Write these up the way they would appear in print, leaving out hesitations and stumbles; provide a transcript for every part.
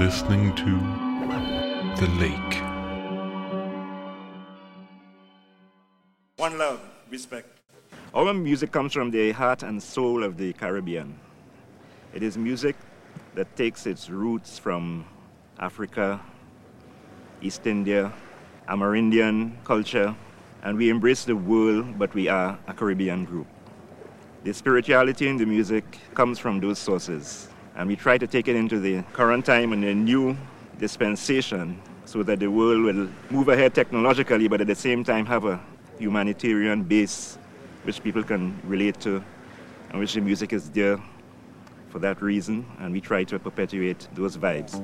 listening to The Lake. One love, respect. Our music comes from the heart and soul of the Caribbean. It is music that takes its roots from Africa, East India, Amerindian culture, and we embrace the world, but we are a Caribbean group. The spirituality in the music comes from those sources, and we try to take it into the current time and a new dispensation so that the world will move ahead technologically, but at the same time have a humanitarian base which people can relate to, and which the music is there for that reason, and we try to perpetuate those vibes.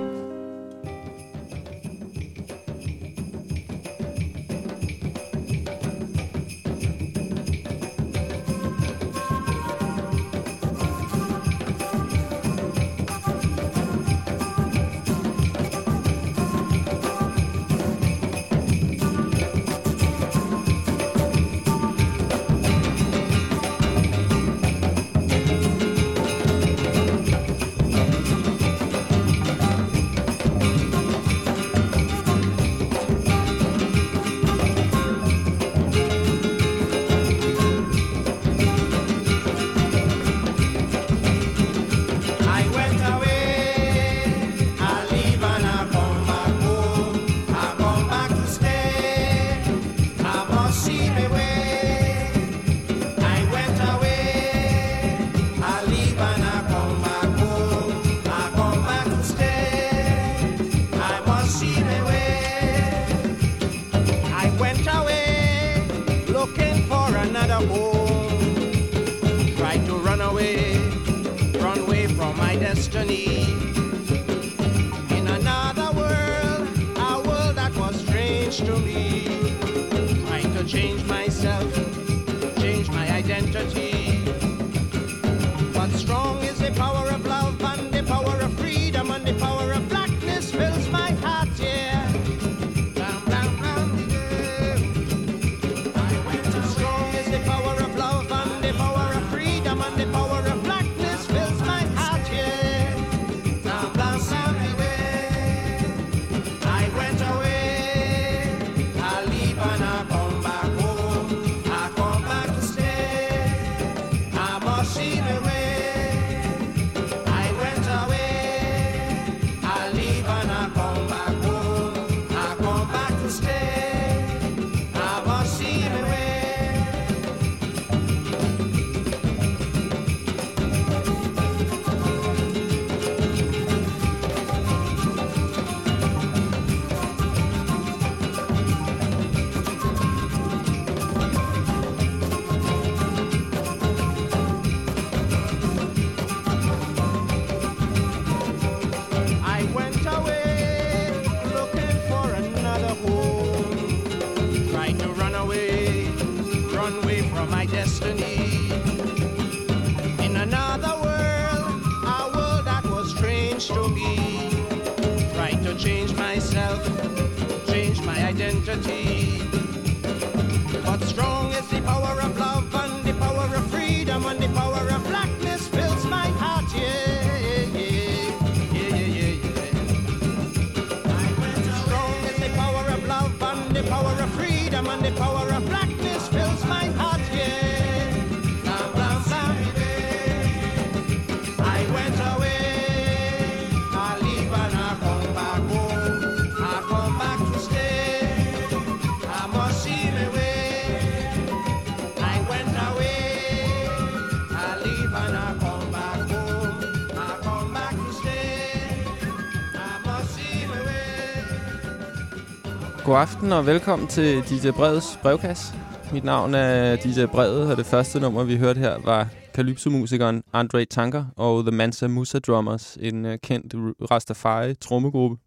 God aften og velkommen til DJ Breds brevkasse. Mit navn er DJ Brede, og det første nummer, vi hørte her, var Calypso-musikeren Andre Tanker og The Mansa Musa Drummers, en kendt Rastafari-trommegruppe.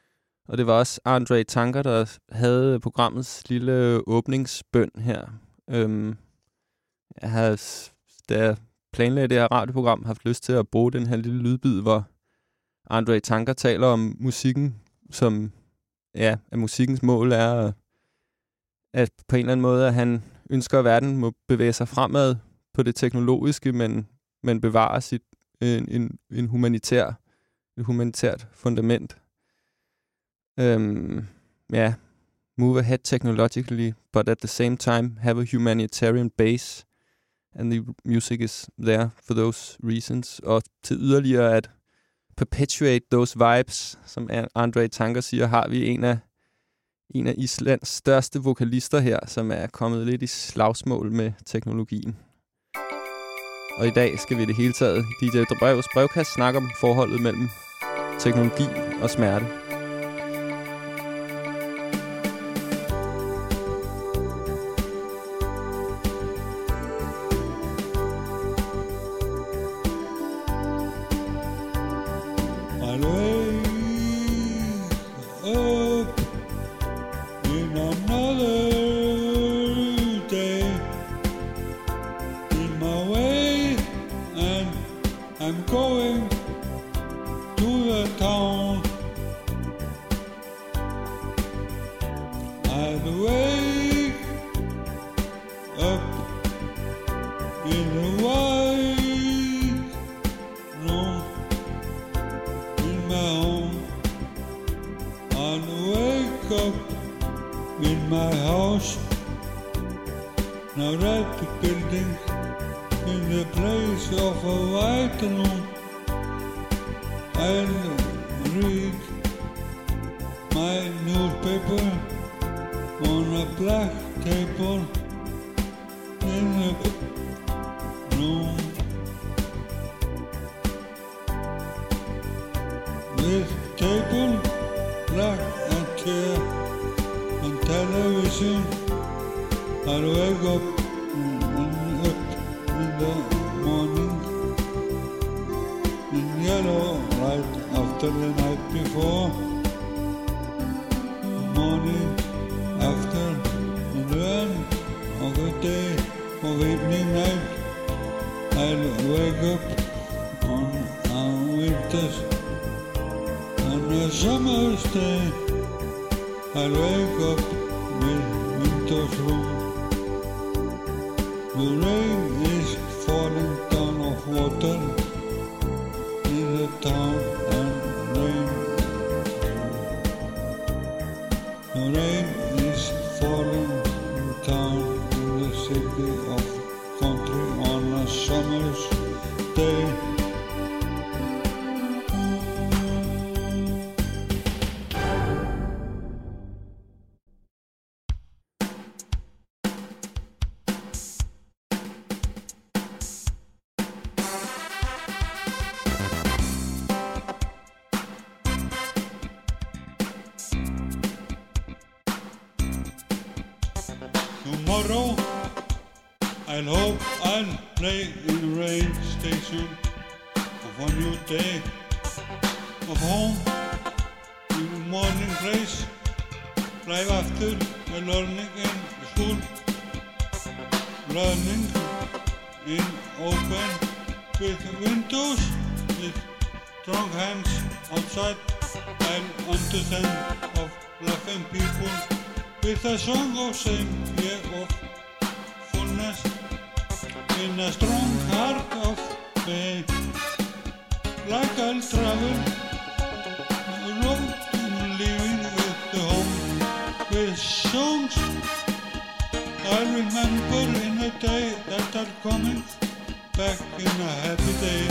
Og det var også Andre Tanker, der havde programmets lille åbningsbøn her. Jeg havde, da jeg planlagde det her radioprogram, haft lyst til at bruge den her lille lydbid, hvor Andre Tanker taler om musikken, som at musikkens mål er, at på en eller anden måde, at han ønsker, at verden må bevæge sig fremad på det teknologiske, men bevare en humanitær et humanitært fundament. Move ahead technologically, but at the same time have a humanitarian base, and the music is there for those reasons. Og til yderligere at perpetuate those vibes, som André Tanker siger, har vi en af Islands største vokalister her, som er kommet lidt i slagsmål med teknologien. Og i dag skal vi i det hele taget i DJ Brevs brevkast snakke om forholdet mellem teknologi og smerte. Tomorrow, I'll hope I'll play in the rain station of a new day of home in the morning place, right after the learning in school, learning in open with windows, with strong hands outside, I'll understand of laughing people. With a song of same year of fullness, in a strong heart of pain, like I'll travel, road living with the home, with songs I'll remember in a day that are coming back in a happy day.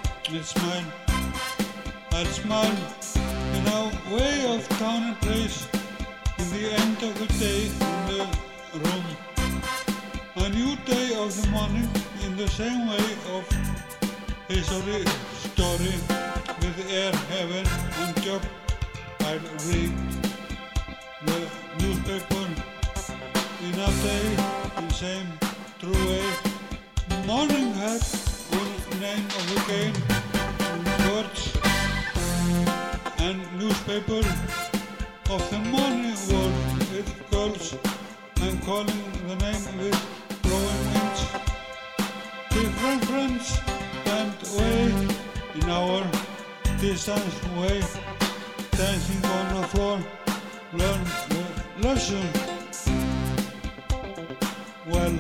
I'll smile in a way of town and place. In the end of the day in the room, a new day of the morning in the same way of history story with air, heaven and job. I'll read the newspaper in a day in same true way. Morning hat on name of the game, words and newspaper of the morning world with girls and calling the name with blowing wings. Different friends stand away in our distance way, dancing on the floor, learn the lesson well.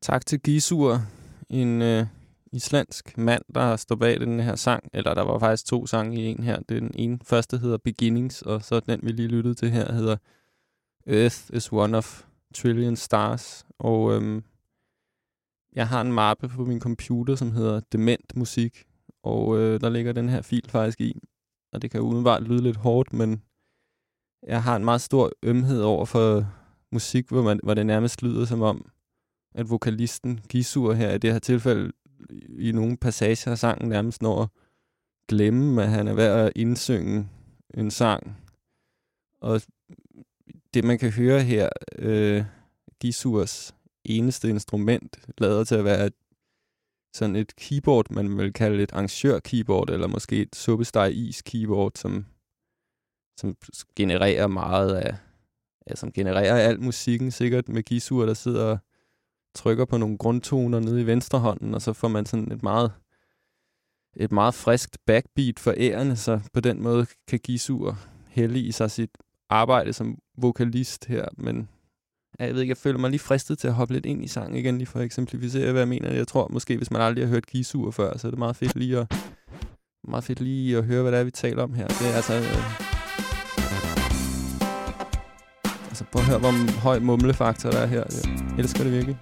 Tak til Gissur, en islandsk mand, der står bag den her sang. Eller der var faktisk 2 sange i en her. Den ene første hedder Beginnings, og så den, vi lige lyttede til her, hedder Earth is one of trillion stars. Og jeg har en mappe på min computer, som hedder Dement Musik. Og der ligger den her fil faktisk i. Og det kan umiddelbart lyde lidt hårdt, men jeg har en meget stor ømhed over for musik, hvor det nærmest lyder som om, at vokalisten Gissur her i det her tilfælde i nogle passager af sangen nærmest når at glemme, at han er ved at indsynge en sang. Og det, man kan høre her, Gissurs eneste instrument, lader til at være sådan et keyboard, man vil kalde et arrangør-keyboard, eller måske et suppesteg-is-keyboard, som genererer meget af, som genererer al musikken, sikkert med Gissur, der sidder og trykker på nogle grundtoner nede i venstre hånden, og så får man sådan et meget friskt backbeat for ærerne, så på den måde kan Gissur hellige sig sit arbejde som vokalist her, men jeg ved ikke, jeg føler mig lige fristet til at hoppe lidt ind i sangen igen, lige for at eksemplificere, hvad jeg mener. Jeg tror måske, hvis man aldrig har hørt Gissur før, så er det meget fedt lige at høre, hvad det er, vi taler om her. Det er altså prøv at høre, hvor høj mumlefaktor der er her. Jeg elsker det virkelig.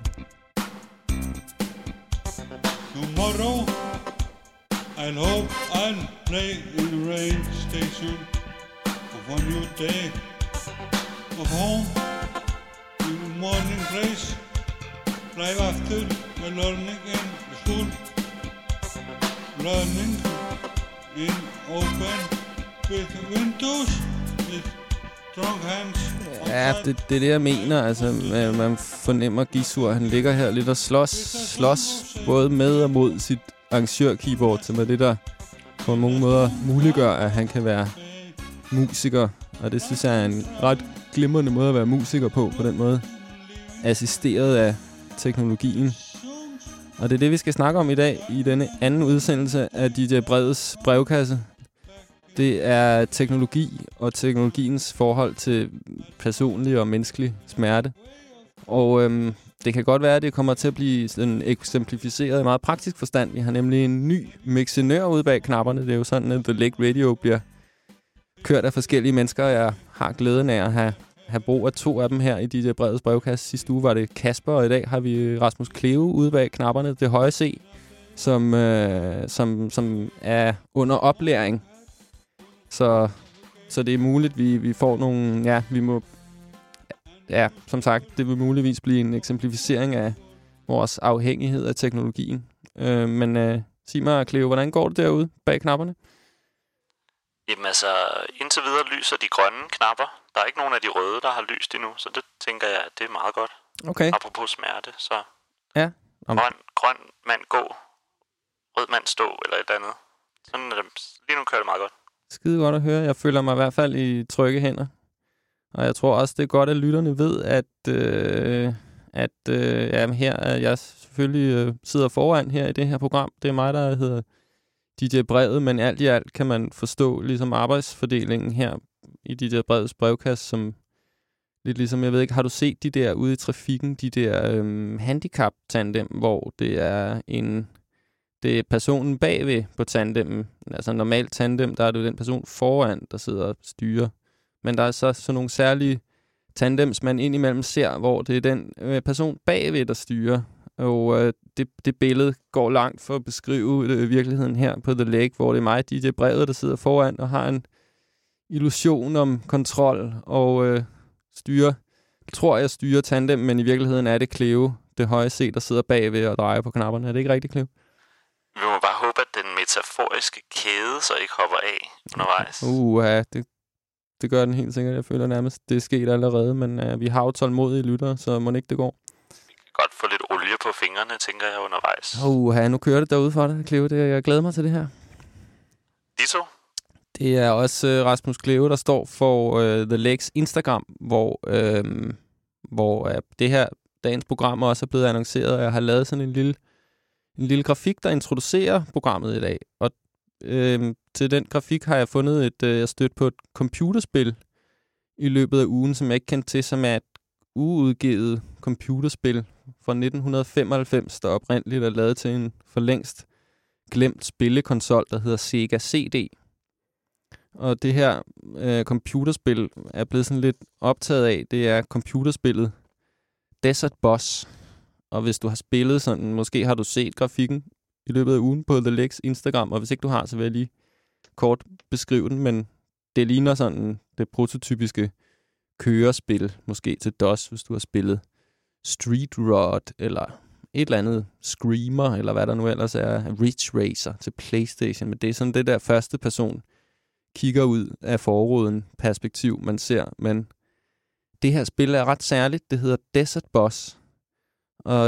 Tomorrow I'll hope I'll play in a rain station of a new day of home in a morning place, live after the learning in school, learning in open with windows with strong hands. Ja, det er det, jeg mener. Altså, man fornemmer Gissur, han ligger her lidt og slås både med og mod sit arrangør-keyboard, som er det, der på mange måder muliggør, at han kan være musiker. Og det synes jeg er en ret glimrende måde at være musiker på den måde. Assisteret af teknologien. Og det er det, vi skal snakke om i dag i denne anden udsendelse af DJ Breds brevkasse. Det er teknologi og teknologiens forhold til personlig og menneskelig smerte. Og det kan godt være, at det kommer til at blive sådan eksemplificeret i meget praktisk forstand. Vi har nemlig en ny mixenør ude bag knapperne. Det er jo sådan, at The Lake Radio bliver kørt af forskellige mennesker. Jeg har glæden af at have brug af 2 af dem her i DJ Breds brevkasse. Sidste uge var det Kasper, og i dag har vi Rasmus Kleve ude bag knapperne. Det høje C, som er under oplæring. Så det er muligt, vi får nogle... Ja, vi må... Ja, som sagt, det vil muligvis blive en eksemplificering af vores afhængighed af teknologien. Men sig mig, Cleo, hvordan går det derude bag knapperne? Jamen altså, indtil videre lyser de grønne knapper. Der er ikke nogen af de røde, der har lyst endnu, så det tænker jeg, det er meget godt. Okay. Apropos smerte, så ja. Grøn mand gå, rød mand stå, eller et andet. Sådan er det. Lige nu kører det meget godt. Skide godt at høre. Jeg føler mig i hvert fald i trygge hænder. Og jeg tror også, det er godt, at lytterne ved, at her jeg selvfølgelig sidder foran her i det her program. Det er mig, der hedder DJ Brevet, men alt i alt kan man forstå ligesom arbejdsfordelingen her i DJ Breds brevkasse, som lidt ligesom, jeg ved ikke, har du set de der ude i trafikken, de der handicap-tandem, hvor det er personen bagved på tandemmen. Altså normalt tandem, der er det jo den person foran, der sidder og styrer. Men der er så sådan nogle særlige tandems, man indimellem ser, hvor det er den person bagved, der styrer. Og det billede går langt for at beskrive virkeligheden her på The Lake, hvor det er mig, DJ Brevet, der sidder foran og har en illusion om kontrol og tror jeg styrer tandem, men i virkeligheden er det Cleo, det høje C, der sidder bagved og drejer på knapperne. Er det ikke rigtigt, Cleo? Vi må bare håbe, at den metaforiske kæde så ikke hopper af undervejs. Ja, det gør den helt sikkert. Jeg føler nærmest, det er sket allerede, men vi har jo tålmodige lyttere, så må ikke det går. Vi kan godt få lidt olie på fingrene, tænker jeg, undervejs. Nu kører det derude for dig, Cleo. Jeg glæder mig til det her. Dito? Det er også Rasmus Kleve, der står for The Lakes Instagram, hvor det her dagens program også er blevet annonceret, og jeg har lavet sådan en lille grafik, der introducerer programmet i dag. Og til den grafik har jeg fundet jeg stødt på et computerspil i løbet af ugen, som jeg ikke kendte til, som er et uudgivet computerspil fra 1995, der oprindeligt er lavet til en for længst glemt spillekonsol, der hedder Sega CD. Og det her computerspil er blevet sådan lidt optaget af, det er computerspillet Desert Boss. Og hvis du har spillet sådan, måske har du set grafikken i løbet af ugen på The Lakes Instagram, og hvis ikke du har, så vil jeg lige kort beskrive den, men det ligner sådan det prototypiske kørespil, måske til DOS, hvis du har spillet Street Rod, eller et eller andet Screamer, eller hvad der nu ellers er, Ridge Racer til PlayStation, men det er sådan det der første person kigger ud af forruden perspektiv, man ser, men det her spil er ret særligt, det hedder Desert Boss, og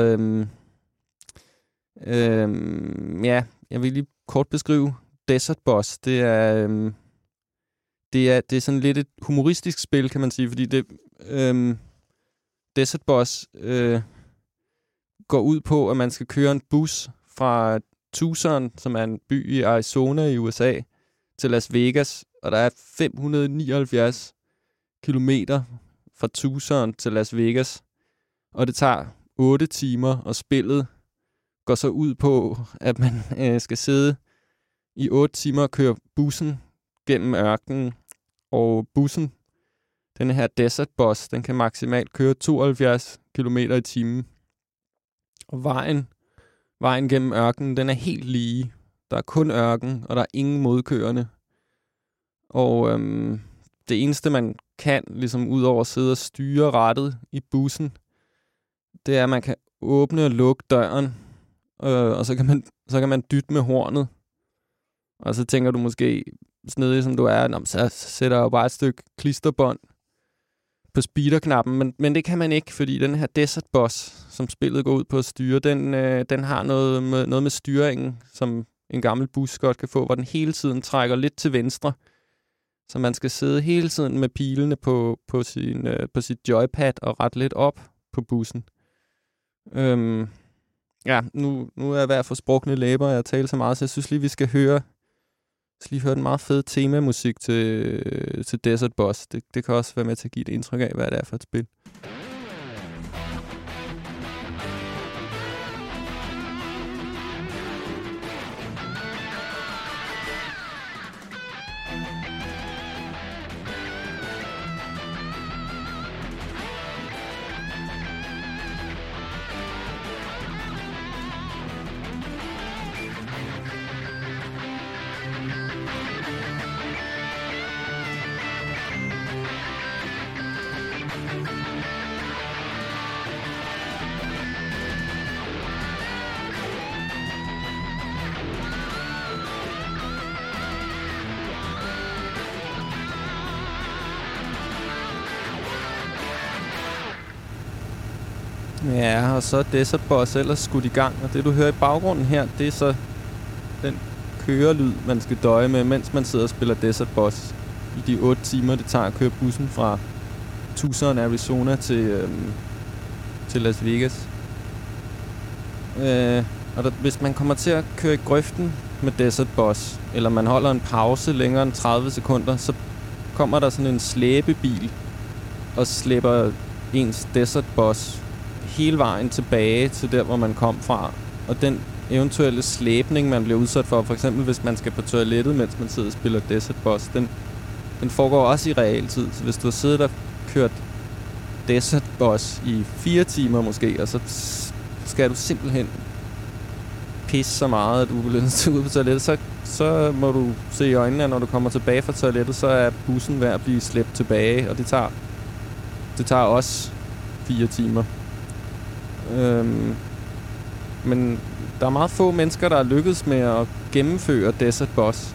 ja, jeg vil lige kort beskrive Desert Boss. Det er sådan lidt et humoristisk spil, kan man sige, fordi det Desert Boss går ud på, at man skal køre en bus fra Tucson, som er en by i Arizona i USA, til Las Vegas, og der er 579 kilometer fra Tucson til Las Vegas, og det tager 8 timer, og spillet går så ud på, at man skal sidde i 8 timer og køre bussen gennem ørkenen, og bussen, den her Desert Bus, den kan maksimalt køre 72 km i timen. Og vejen gennem ørkenen, den er helt lige. Der er kun ørken, og der er ingen modkørende. Og det eneste, man kan, ligesom udover at sidde og styre rattet i bussen, det er, at man kan åbne og lukke døren, og så kan man dytte med hornet. Og så tænker du måske, snedig som du er, så sætter jeg bare et stykke klisterbånd på speederknappen, men det kan man ikke, fordi den her Desert Boss, som spillet går ud på at styre, den har noget med styringen, som en gammel bus godt kan få, hvor den hele tiden trækker lidt til venstre, så man skal sidde hele tiden med pilene på sit joypad og rette lidt op på bussen. Ja, nu er jeg ved at få sprukne læber, og jeg taler så meget, så jeg synes lige, vi skal høre den meget fede temamusik til Desert Boss. Det kan også være med til at give et indtryk af, hvad det er for et spil. Ja, og så er Desert Boss ellers skudt i gang, og det du hører i baggrunden her, det er så den kørelyd, man skal døje med, mens man sidder og spiller Desert Boss i de 8 timer, det tager at køre bussen fra Tucson, Arizona til Las Vegas. Og hvis man kommer til at køre i grøften med Desert Boss, eller man holder en pause længere end 30 sekunder, så kommer der sådan en slæbebil og slæber ens Desert Boss hele vejen tilbage til der, hvor man kom fra. Og den eventuelle slæbning, man bliver udsat for eksempel hvis man skal på toilettet, mens man sidder og spiller Desert Boss, den foregår også i realtid. Så hvis du har siddet og kørt Desert Boss i 4 timer måske, og så skal du simpelthen pisse så meget, at du vil ud på toilettet, så må du se i øjnene, at når du kommer tilbage fra toilettet, så er bussen ved at blive slæbt tilbage, og det tager også 4 timer. Men der er meget få mennesker, der er lykkedes med at gennemføre Desert Boss.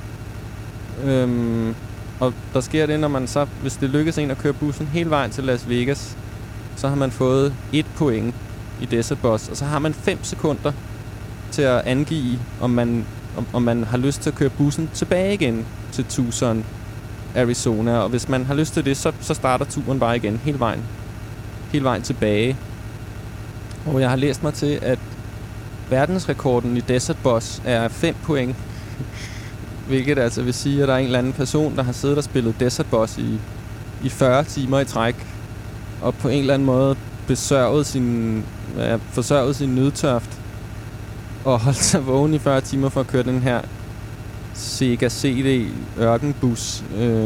Og der sker det, når man så, hvis det lykkes en at køre bussen hele vejen til Las Vegas, så har man fået 1 point i Desert Boss, og så har man 5 sekunder til at angive, om man har lyst til at køre bussen tilbage igen til Tucson, Arizona. Og hvis man har lyst til det, så starter turen bare igen hele vejen tilbage. Og jeg har læst mig til, at verdensrekorden i Desert Boss er 5 point. Hvilket altså vil sige, at der er en eller anden person, der har siddet og spillet Desert Boss i 40 timer i træk. Og på en eller anden måde forsørget sin nødtørft og holdt sig vågen i 40 timer for at køre den her Sega CD ørkenbus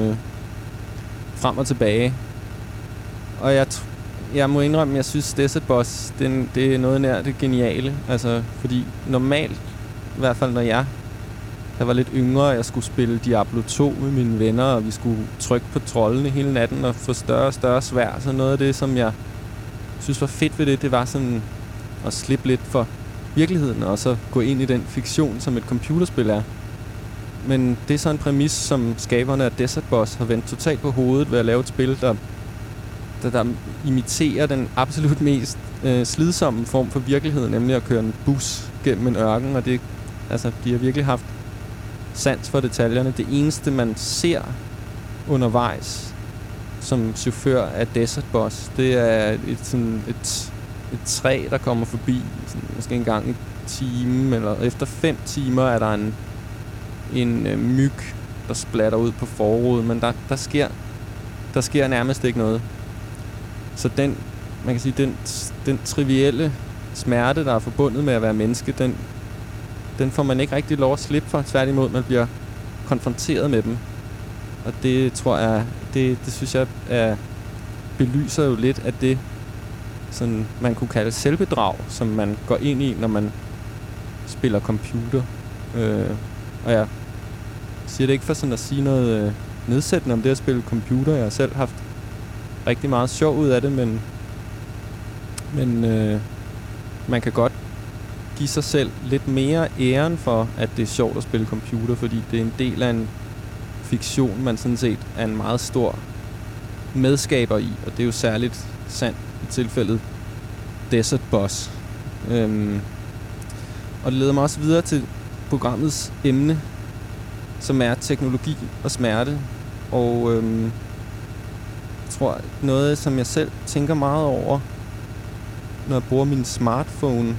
frem og tilbage. Og jeg må indrømme, at jeg synes, Desert Bus, det er noget nær det geniale. Altså, fordi normalt, i hvert fald når jeg var lidt yngre, og jeg skulle spille Diablo 2 med mine venner, og vi skulle trykke på troldene hele natten og få større og større svær. Så noget af det, som jeg synes var fedt ved det var sådan at slippe lidt for virkeligheden, og så gå ind i den fiktion, som et computerspil er. Men det er så en præmis, som skaberne af Desert Bus har vendt totalt på hovedet ved at lave et spil, der imiterer den absolut mest slidsomme form for virkelighed, nemlig at køre en bus gennem en ørken, og det, altså, de har virkelig haft sans for detaljerne. Det eneste, man ser undervejs som chauffør af Desert Bus, det er et træ, der kommer forbi, sådan, måske en gang i timen, eller efter 5 timer er der en myg, der splatter ud på forruden, men der sker nærmest ikke noget. Så man kan sige, den trivielle smerte, der er forbundet med at være menneske, den får man ikke rigtig lov at slippe for. Tværtimod, man bliver konfronteret med dem. Og det tror jeg, det synes jeg belyser jo lidt af det, sådan man kunne kalde selvbedrag, som man går ind i, når man spiller computer. Og jeg siger det ikke for sådan at sige noget nedsættende om det at spille computer. Jeg har selv haft rigtig meget sjov ud af det, men man kan godt give sig selv lidt mere æren for, at det er sjovt at spille computer, fordi det er en del af en fiktion, man sådan set er en meget stor medskaber i, og det er jo særligt sandt i tilfældet Desert Bus. Og det leder mig også videre til programmets emne, som er teknologi og smerte. Og jeg tror, noget, som jeg selv tænker meget over, når jeg bruger min smartphone,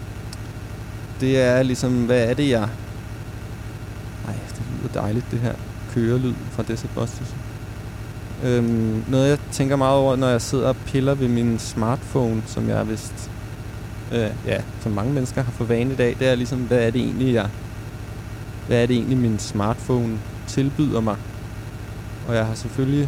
det er ligesom, hvad er det, jeg... Ej, det lyder dejligt, det her kørelyd fra Desert Bus. Noget, jeg tænker meget over, når jeg sidder og piller ved min smartphone, som jeg vist... som mange mennesker har for vane i dag, det er ligesom, hvad er det egentlig, min smartphone tilbyder mig? Og jeg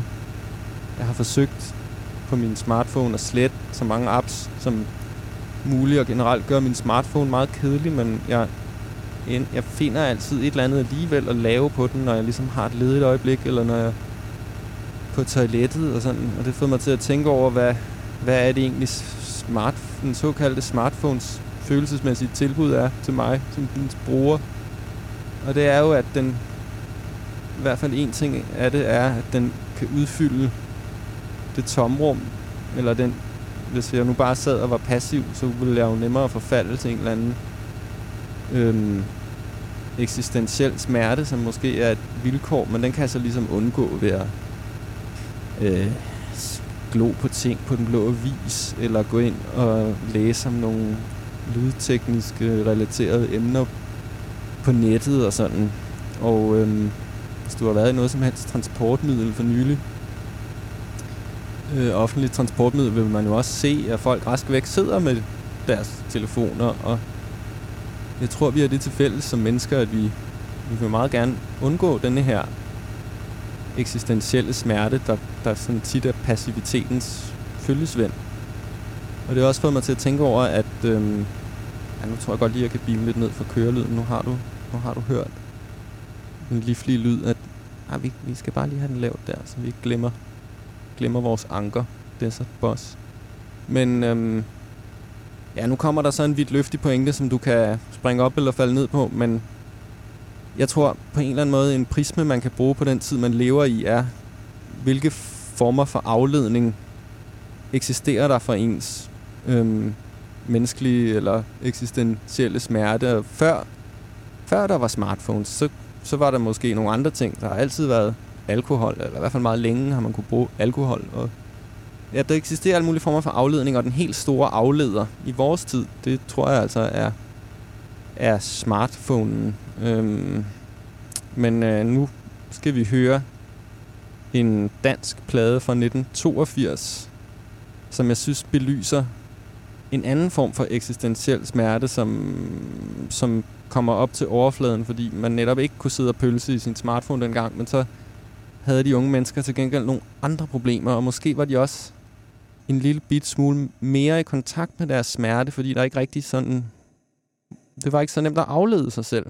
har forsøgt på min smartphone at slette så mange apps som muligt, og generelt gøre min smartphone meget kedelig, men jeg finder altid et eller andet alligevel at lave på den, når jeg ligesom har et ledigt øjeblik, eller når jeg er på toilettet og sådan. Og det får mig til at tænke over, hvad er det egentlig den såkaldte smartphones følelsesmæssige tilbud er til mig som dens bruger. Og det er jo, at den, i hvert fald en ting af det, er, at den kan udfylde det tomrum, eller den, hvis jeg nu bare sad og var passiv, så ville jeg jo nemmere forfalde til en eller anden eksistentiel smerte, som måske er et vilkår, men den kan jeg så ligesom undgå ved at glo på ting på den blå avis, eller gå ind og læse om nogle lydtekniske relaterede emner på nettet og sådan. Og hvis du har været i noget som helst transportmiddel for nylig, offentligt transportmiddel, vil man jo også se, at folk rask væk sidder med deres telefoner, og jeg tror, vi har det til fælles som mennesker, at vi vil meget gerne undgå denne her eksistentielle smerte, der sådan tit er passivitetens følgesvend. Og det har også fået mig til at tænke over, at nu tror jeg godt lige, at jeg kan beame lidt ned for kørelyden. Nu har du hørt en livlig lyd, at vi skal bare lige have den lavt der, så vi ikke glemmer vores anker, Desert Bus. Men nu kommer der så en vidtløftig pointe, som du kan springe op eller falde ned på, men jeg tror på en eller anden måde, en prisme, man kan bruge på den tid, man lever i, er, hvilke former for afledning eksisterer der for ens menneskelige eller eksistentielle smerte. Før der var smartphones, så var der måske nogle andre ting. Der har altid været alkohol, eller i hvert fald meget længe har man kunne bruge alkohol. Og ja, der eksisterer alle mulige former for afledning, og den helt store afleder i vores tid, det tror jeg altså er smartphonen. Men nu skal vi høre en dansk plade fra 1982 som jeg synes belyser en anden form for eksistentiel smerte, som kommer op til overfladen, fordi man netop ikke kunne sidde og pølse i sin smartphone dengang, men så havde de unge mennesker til gengæld nogle andre problemer, og måske var de også en lille bit smule mere i kontakt med deres smerte, fordi der ikke rigtig sådan... Det var ikke så nemt at aflede sig selv.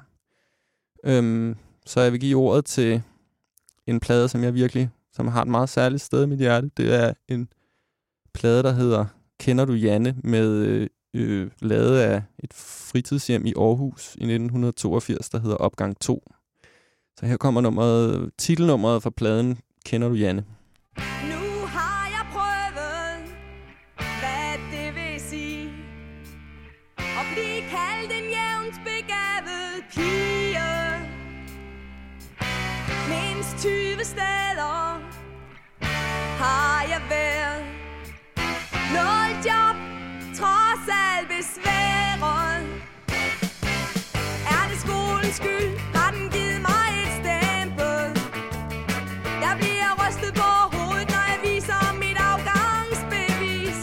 Så jeg vil give ordet til en plade, som har et meget særligt sted i mit hjerte. Det er en plade, der hedder Kender du Janne, med lavet af et fritidshjem i Aarhus i 1982, der hedder Opgang 2. Så her kommer titelnummeret fra pladen Kender du Janne. Nu har jeg prøvet, hvad det vil sige at blive kaldt en jævnt begavet pige. Mindst 20 steder har jeg været. 0 job, trods alt besværet. Er det skolens skyld, har den givet mig et stempel. Der bliver rystet på hovedet, når jeg viser mit afgangsbevis.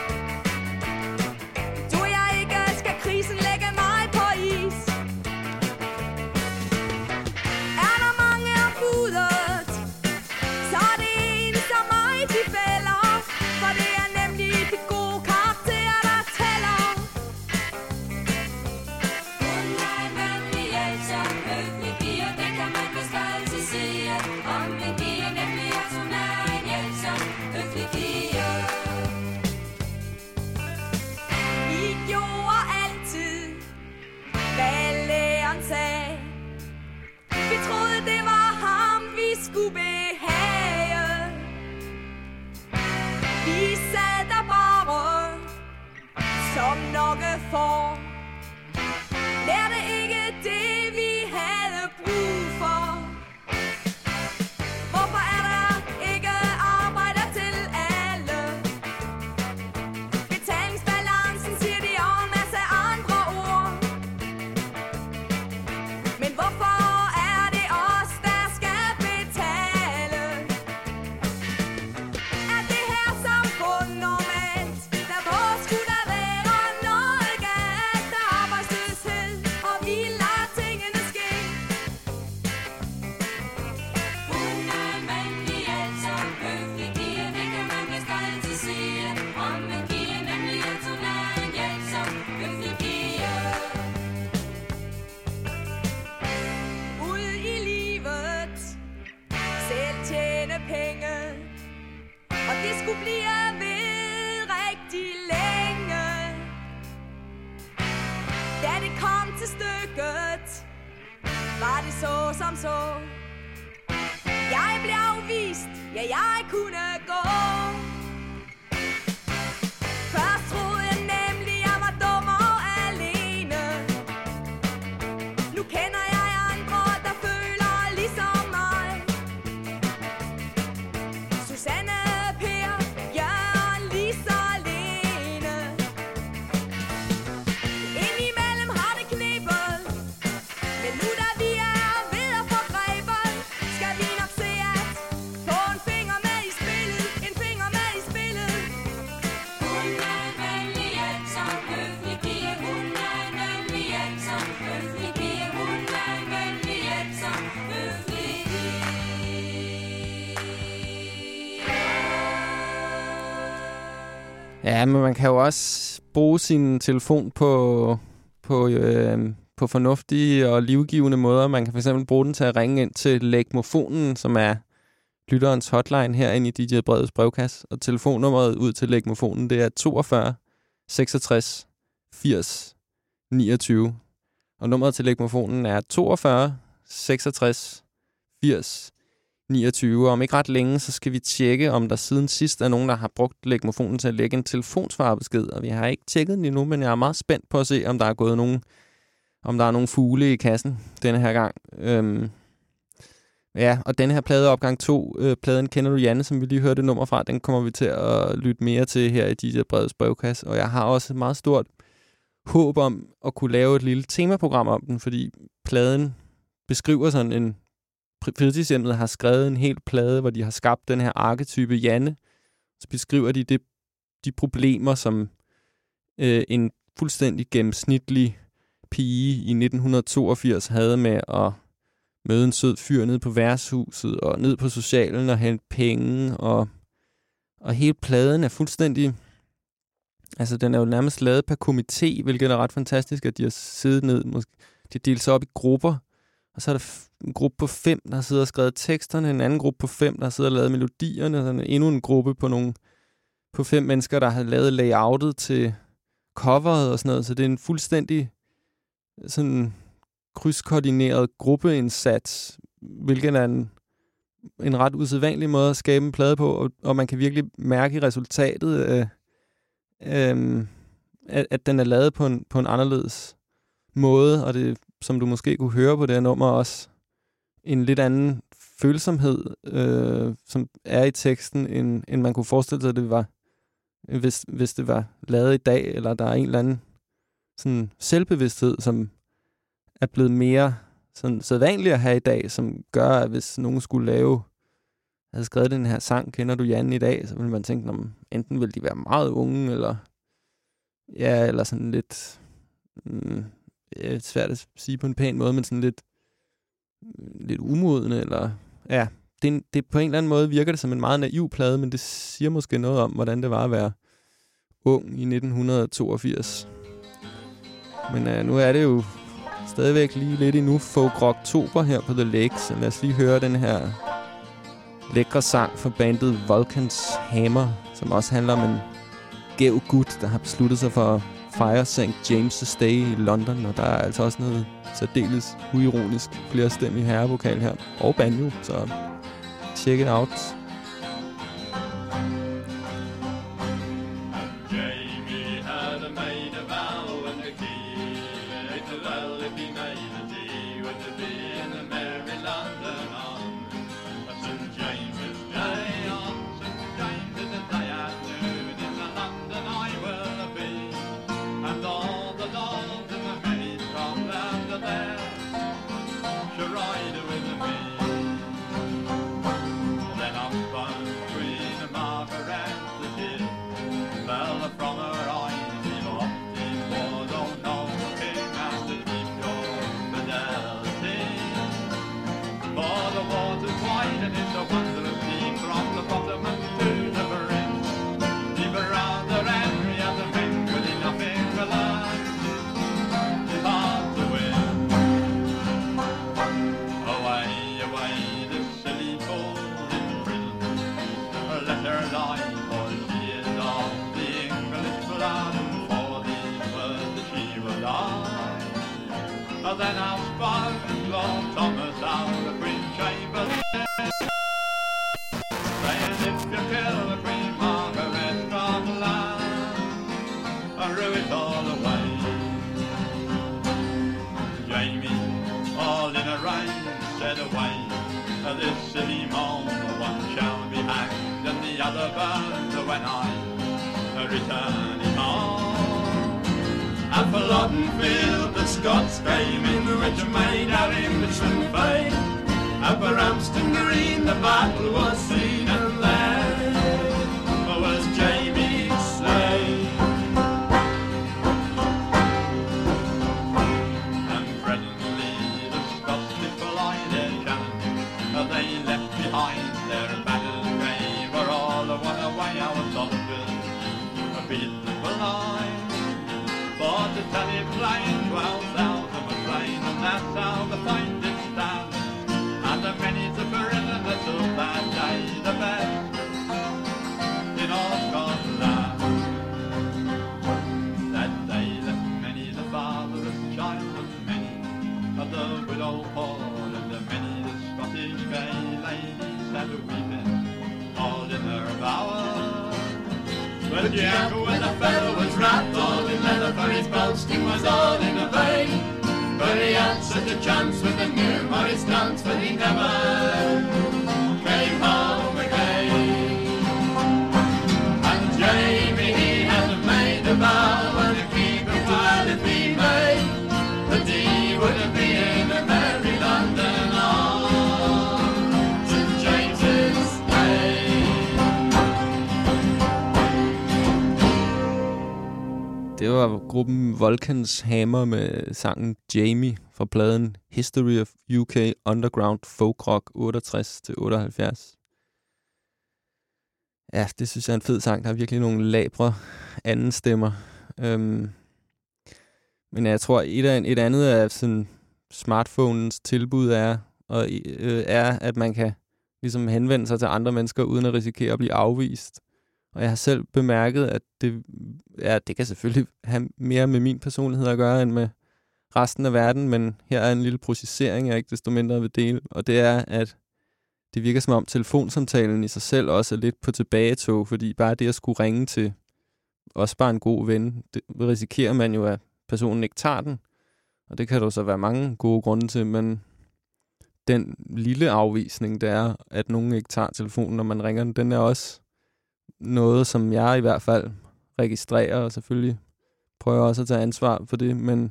Tror jeg ikke, skal krisen lægge mig på is. Er der mange om budet, så er det en som mig, de fælder. For det er nemlig de gode karakterer, der tæller. Hun er en venlig, hjælpsom, høflig pige, og det kan man vist altid sige om en pige, nemlig at hun er en hjælpsom, høflig pige. Vi gjorde altid, hvad læreren sagde. Vi troede, det var ham, vi skulle behage. Vi sad der bare som nokke får. Lærte ikke det, vi havde brug for. Hvorfor er der ikke arbejder til alle? Betalingsbalancen siger de og en masse andre ord. Men hvorfor er det os, der skal betale? Er det her samfund normalt? Derfor skulle der være noget galt. Der er arbejdsløshed, og vi lader tingene ske. Hun er en mandlig, altså høflig pige. Det kan man vist altid sige om en pige, nemlig at hun er en hjælpsom, høflig pige. Ud i livet, selv tjene penge, og det skulle blive ved rigtig længe. Da det kom til stykket, var det så som så. Jeg blev afvist, ja jeg kunne gå. Først troede jeg nemlig, jeg var dum og alene. Nu kender jeg andre, der føler ligesom mig. Susanne, Per, Jørgen, Lisa og Lene. Indimellem har det knebet, men nu da vi er ved at få grebet, skal vi nok se at få en finger med i spillet, en finger med i spillet. Hun er en venlig, hjælpsom, høflig pige. Hun er en venlig, hjælpsom, høflig pige. Hun er en venlig, hjælpsom, høflig pige. Ja, men man kan jo også bruge sin telefon på fornuftige og livgivende måder. Man kan fx bruge den til at ringe ind til Lægmofonen, som er lytterens hotline herinde i DJ Breds brevkasse. Og telefonnummeret ud til Lægmofonen, det er 42 66 80 29. Og nummeret til Lægmofonen er 42 66 80 29. Og om ikke ret længe, så skal vi tjekke, om der siden sidst er nogen, der har brugt Lægmofonen til at lægge en telefonsvarbesked. Og vi har ikke tjekket den endnu, men jeg er meget spændt på at se, om der er nogle fugle i kassen denne her gang. Ja, og den her plade Opgang 2, pladen Kender du Janne, som vi lige hørte nummer fra, den kommer vi til at lytte mere til her i DJ Breds brevkasse. Og jeg har også et meget stort håb om at kunne lave et lille temaprogram om den, fordi pladen beskriver sådan en... Fritidshjemmet har skrevet en hel plade, hvor de har skabt den her arketype Janne. Så beskriver de det de problemer, som en fuldstændig gennemsnitlig pige i 1982 havde med at møde en sød fyr ned på værtshuset og ned på socialen og hente penge, og hele pladen er fuldstændig... Altså, den er jo nærmest lavet per komité, hvilket er ret fantastisk, at de har siddet ned. De deler sig op i grupper, og så er der en gruppe på 5, der sidder og skrevet teksterne, en anden gruppe på 5, der sidder og lavet melodierne, og så endnu en gruppe på 5 mennesker, der har lavet layoutet til coveret og sådan noget. Så det er en fuldstændig sådan krydskoordineret gruppeindsats, hvilket er en ret usædvanlig måde at skabe en plade på, og man kan virkelig mærke i resultatet, at den er lavet på en anderledes måde, og det, som du måske kunne høre på det her nummer, også en lidt anden følsomhed, som er i teksten, end man kunne forestille sig, det var, hvis det var lavet i dag, eller der er en eller anden sådan selvbevidsthed, som er blevet mere sådan sædvanlig at have i dag, som gør, at hvis nogen skulle havde skrevet den her sang, Kender du Jan i dag, så ville man tænke, enten vil de være meget unge, eller sådan lidt svært at sige på en pæn måde, men sådan lidt umodne, eller ja, det på en eller anden måde virker det som en meget naiv plade, men det siger måske noget om, hvordan det var at være ung i 1982. Men nu er det jo stadigvæk lige lidt endnu folk-rock-tober her på The Lake, så lad os lige høre den her lækre sang fra bandet Vulcans Hammer, som også handler om en gæv gut, der har besluttet sig for at fejre St. James' Day i London, og der er altså også noget særdeles uironisk flerstemmig herrevokal her, og banjo, så check it out. Then I'll spy Lord Thomas out of Queen Chamber. Saying if you kill the Queen Margaret from the land, I'll rue it all away. Jamie, all in a rain, said away. This silly mole, one shall be hanged and the other burned when I return home. At Flodden Field the Scots came in, which made our Englishmen fade. At Ramsden Green the battle was seen, and there was Jamie slain. And presently the Scots did fly their cannon, they left behind their banners grey, were all one away our soldiers, a beautiful line. For to tell you plain, 12,000 were slain, and that's how the fight did stand. And the many's the forever that took that day the best in all Scotland. That day left many the fatherless child, and many of the widow poor, and many the Scottish gay ladies sat weeping all in their bower. But Jack, when the fellow was wrapped all in leather, for his boasting was all in a vain. But he had such a chance with the new Morris dance, but he never came home again. And Jamie, he had made a vow, and to keep it well if he may, that he would be in a merry London on St. James's Day. var gruppen Vulcans Hammer med sangen Jamie fra pladen History of UK Underground Folk Rock 68-78. Ja, det synes jeg er en fed sang. Der er virkelig nogle labre anden stemmer. Men jeg tror, et andet af sådan smartphones tilbud er, at man kan ligesom henvende sig til andre mennesker, uden at risikere at blive afvist. Og jeg har selv bemærket, at det kan selvfølgelig have mere med min personlighed at gøre, end med resten af verden, men her er en lille processering, jeg ikke desto mindre vil dele, og det er, at det virker som om telefonsamtalen i sig selv også er lidt på tilbagetog, fordi bare det at skulle ringe til også bare en god ven, det risikerer man jo, at personen ikke tager den, og det kan der så være mange gode grunde til, men den lille afvisning, det er, at nogen ikke tager telefonen, når man ringer den er også noget, som jeg i hvert fald registrerer, og selvfølgelig prøver også at tage ansvar for det, men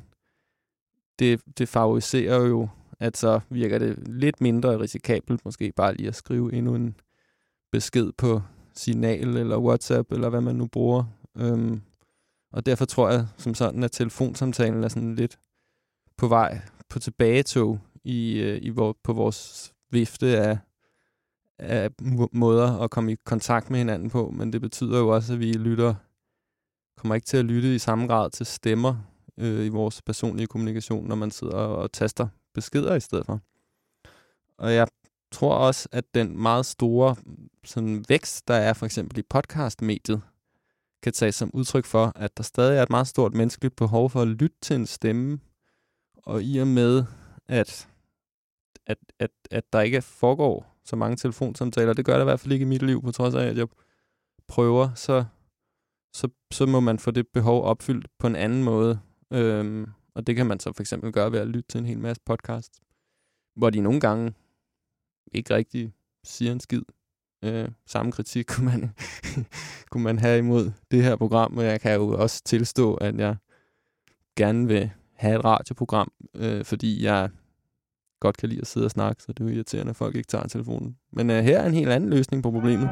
det favoriserer jo, at så virker det lidt mindre risikabelt, måske bare lige at skrive endnu en besked på Signal eller WhatsApp, eller hvad man nu bruger. Og derfor tror jeg som sådan, at telefonsamtalen er sådan lidt på vej på tilbagetog på vores vifte af måder at komme i kontakt med hinanden på, men det betyder jo også, at vi kommer ikke til at lytte i samme grad til stemmer i vores personlige kommunikation, når man sidder og taster beskeder i stedet for. Og jeg tror også, at den meget store sådan vækst, der er for eksempel i podcastmediet, kan tages som udtryk for, at der stadig er et meget stort menneskeligt behov for at lytte til en stemme, og i og med, at der ikke foregår så mange telefonsamtaler, det gør det i hvert fald ikke i mit liv, på trods af, at jeg prøver, så må man få det behov opfyldt på en anden måde. Og det kan man så for eksempel gøre ved at lytte til en hel masse podcast, hvor de nogle gange ikke rigtig siger en skid. Samme kritik kunne man have imod det her program, og jeg kan jo også tilstå, at jeg gerne vil have et radioprogram, fordi jeg godt kan lide at sidde og snakke, så det er jo irriterende, at folk ikke tager telefonen. Men her er en helt anden løsning på problemet.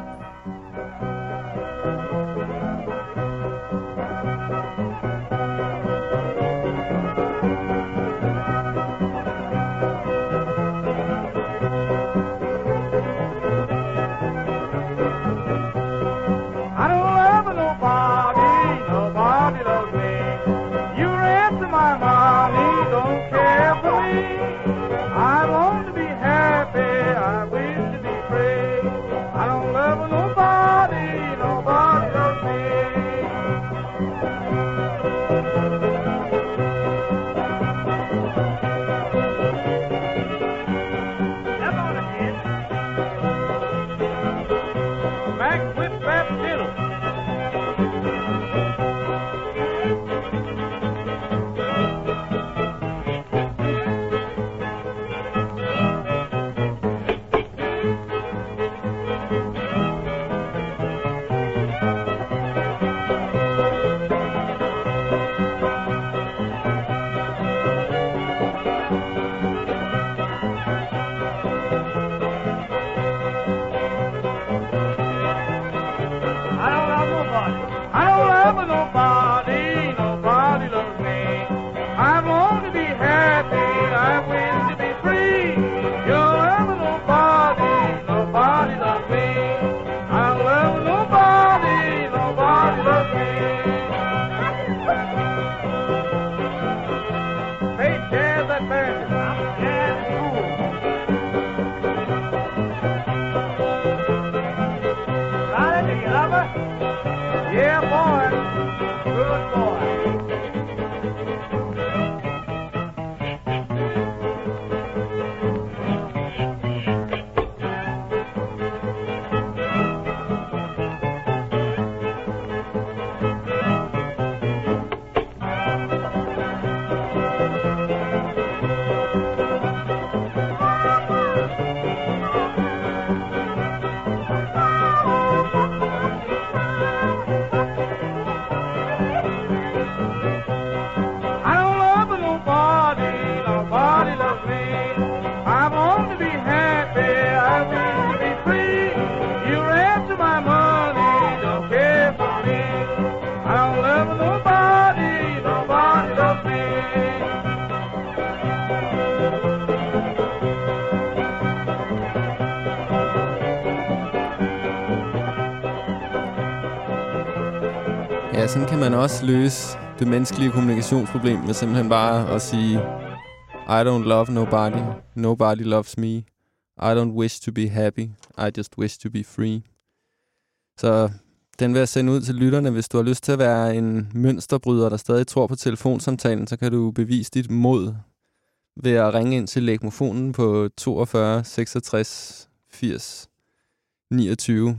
My money don't care for me. I don't love nobody. Ja, sådan kan man også løse det menneskelige kommunikationsproblem med simpelthen bare at sige I don't love nobody. Nobody loves me. I don't wish to be happy. I just wish to be free. Så den vil jeg sende ud til lytterne. Hvis du har lyst til at være en mønsterbryder, der stadig tror på telefonsamtalen, så kan du bevise dit mod ved at ringe ind til Lægmofonen på 42 66 80 29.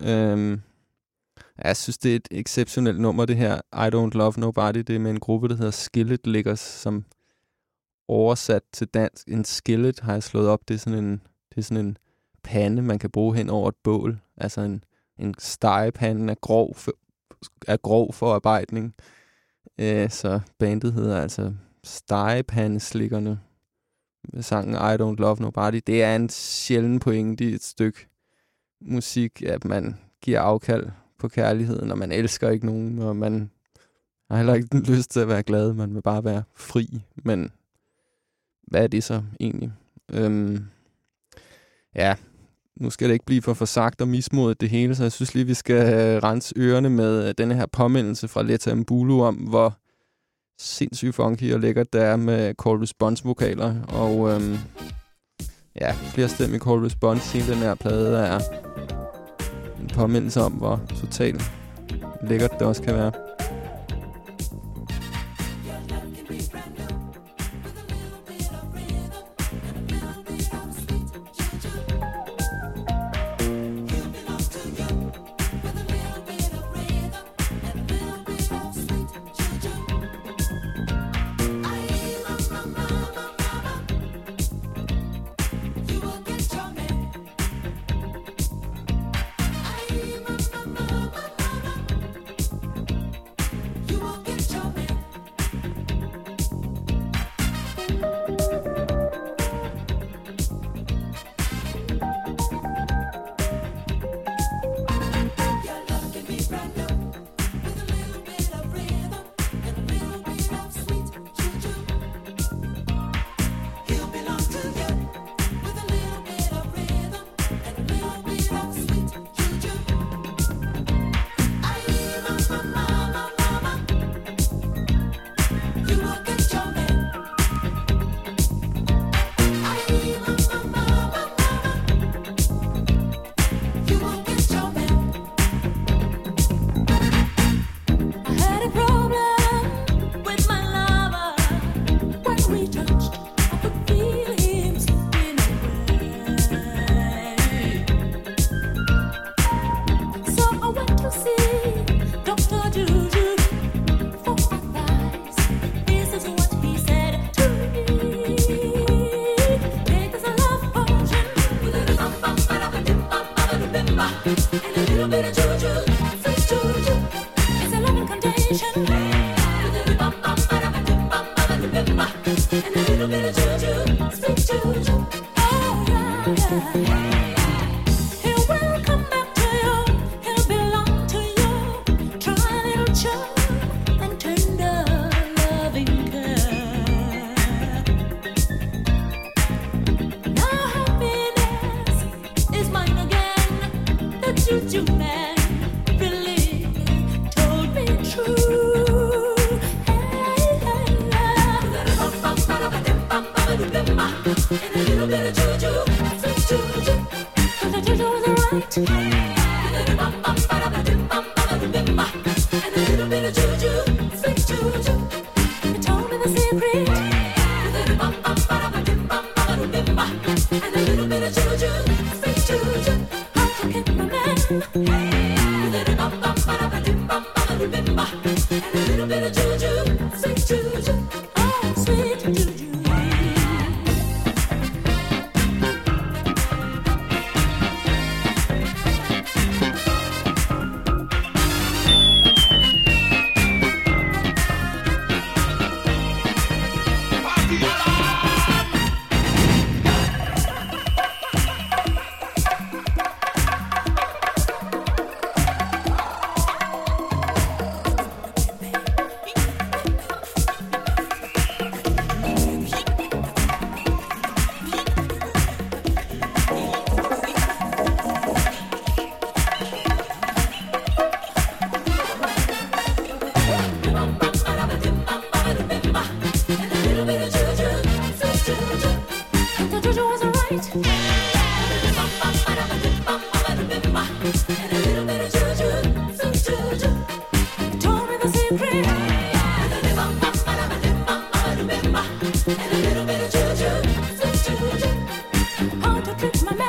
Jeg synes, det er et exceptionelt nummer, det her I Don't Love Nobody. Det er med en gruppe, der hedder Skillet Lickers, som oversat til dansk. En skillet har jeg slået op. Det er sådan en pande, man kan bruge hen over et bål. Altså en stegepande er grov forarbejdning. Så bandet hedder altså Stegepandeslikkerne. Med sangen I Don't Love Nobody. Det er en sjælden pointe i et stykke musik, at man giver afkald på kærligheden, og man elsker ikke nogen, og man har heller ikke lyst til at være glad, man vil bare være fri. Men hvad er det så egentlig? Ja, nu skal det ikke blive for forsagt og mismodet det hele, så jeg synes lige, vi skal rense ørerne med denne her påmindelse fra Letta Mbulu om, hvor sindssygt funky og lækkert det er med call response vokaler. Og ja, flerstemmig call response i den her plade er en påmindelse om, hvor totalt lækkert det også kan være.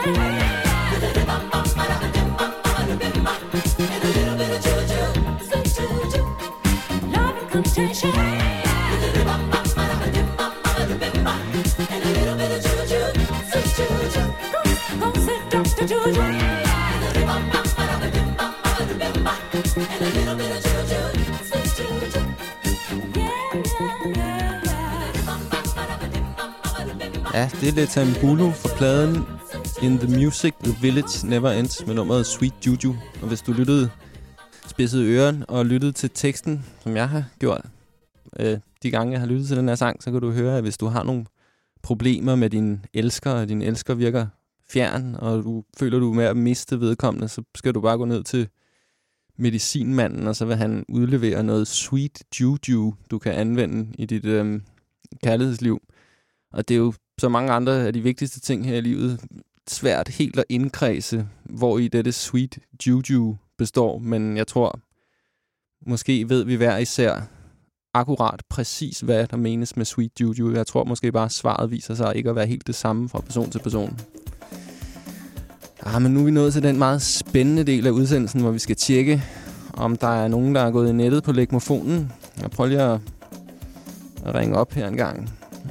Ja, det er lidt Mbulu fra pladen In the Music, The Village Never Ends med nummeret Sweet Juju. Og hvis du spidsede øren og lyttede til teksten, som jeg har gjort de gange, jeg har lyttet til den her sang, så kan du høre, at hvis du har nogle problemer med din elsker, og din elsker virker fjern, og du føler, du er med at miste vedkommende, så skal du bare gå ned til medicinmanden, og så vil han udlevere noget Sweet Juju, du kan anvende i dit kærlighedsliv. Og det er jo så mange andre af de vigtigste ting her i livet svært helt at indkredse, hvor i dette Sweet Juju består. Men jeg tror, måske ved vi hver især akkurat præcis, hvad der menes med Sweet Juju. Jeg tror måske bare, svaret viser sig ikke at være helt det samme fra person til person. Men nu er vi nået til den meget spændende del af udsendelsen, hvor vi skal tjekke, om der er nogen, der er gået i nettet på Legmofonen. Jeg prøver lige at ringe op her en gang.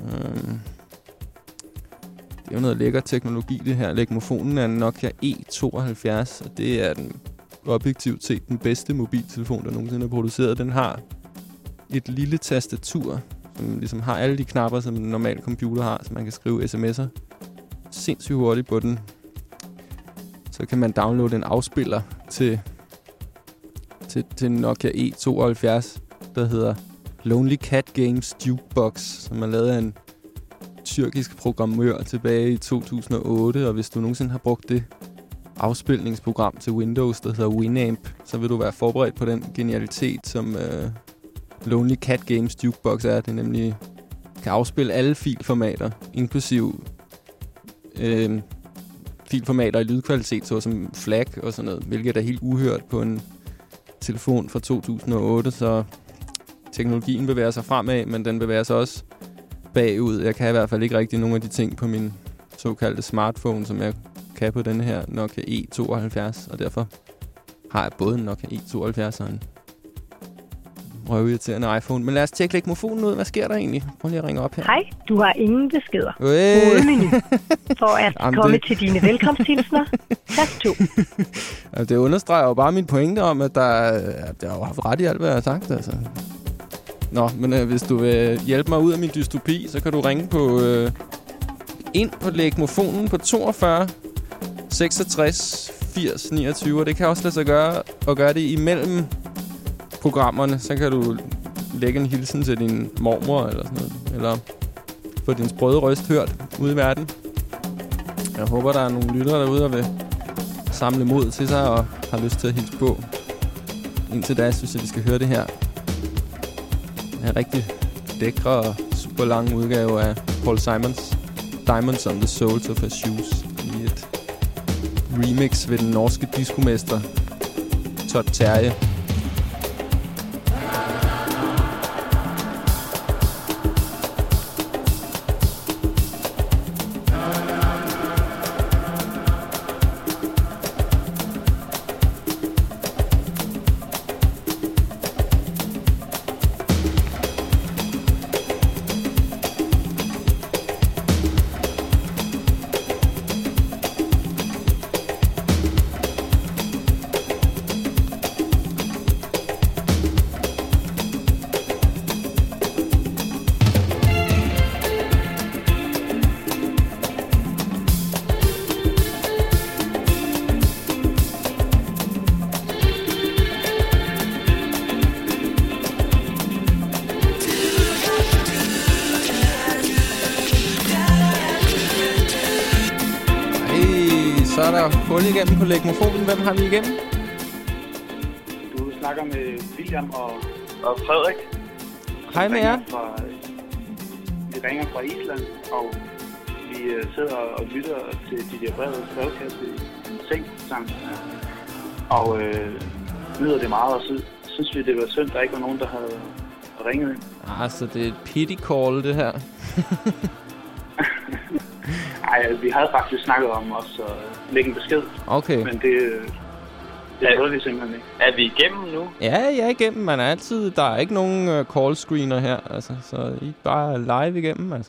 Det er jo noget lækker teknologi, det her. Legmofonen er en Nokia E72, og det er den objektivt set den bedste mobiltelefon, der nogensinde er produceret. Den har et lille tastatur, som ligesom har alle de knapper, som en normal computer har, så man kan skrive sms'er sindssygt hurtigt på den. Så kan man downloade en afspiller til Nokia E72, der hedder Lonely Cat Games Jukebox, som er lavet af en tyrkisk programmør tilbage i 2008, og hvis du nogensinde har brugt det afspilningsprogram til Windows, der hedder Winamp, så vil du være forberedt på den genialitet, som Lonely Cat Games Jukebox er. Det nemlig kan afspille alle filformater, inklusiv filformater i lydkvalitet, såsom FLAC og sådan noget, hvilket er helt uhørt på en telefon fra 2008, så teknologien bevæger sig fremad, men den bevæger sig også bagud. Jeg kan i hvert fald ikke rigtig nogen af de ting på min såkaldte smartphone, som jeg kan på denne her Nokia E72, og derfor har jeg både en Nokia E72 og en røvirriterende iPhone. Men lad os tjekke Legmofonen ud. Hvad sker der egentlig? Prøv lige at ringe op her. Hej, du har ingen beskeder. Hovedmenu. For at komme til dine velkomsthilsner. Tast 2. Altså, det understreger jo bare min pointe om, at der har jo haft ret i alt, hvad jeg har sagt. Altså. Nå, men hvis du vil hjælpe mig ud af min dystopi, så kan du ringe på ind på Legmofonen på 42 66 80 29. Og det kan også lade sig gøre at gøre det imellem programmerne. Så kan du lægge en hilsen til din mormor eller sådan noget. Eller få din sprøde røst hørt ude i verden. Jeg håber, der er nogle lyttere derude, og vil samle mod til sig og har lyst til at hilse på. Indtil da synes jeg, vi skal høre det her. En rigtig lækre og super lang udgave af Paul Simons Diamonds on the Soles of Her Shoes i et remix ved den norske diskomester Todd Terje. Hul igennem på Legmofonen. Hvem har vi igennem? Du snakker med William og Frederik. Hej med jer. Vi ringer fra Island, og vi sidder og lytter til DJ Breds brevkasse i en seng sammen. Og nyder det meget, og så synes vi, det var synd, der ikke var nogen, der havde ringet ind. Altså, det er et pity call, det her. Ej, vi havde faktisk snakket om også at lægge en besked. Okay. Men det er vi simpelthen ikke. Er vi igennem nu? Ja, jeg er igennem. Man er altid... Der er ikke nogen call-screener her, altså. Så I er bare live igennem, altså.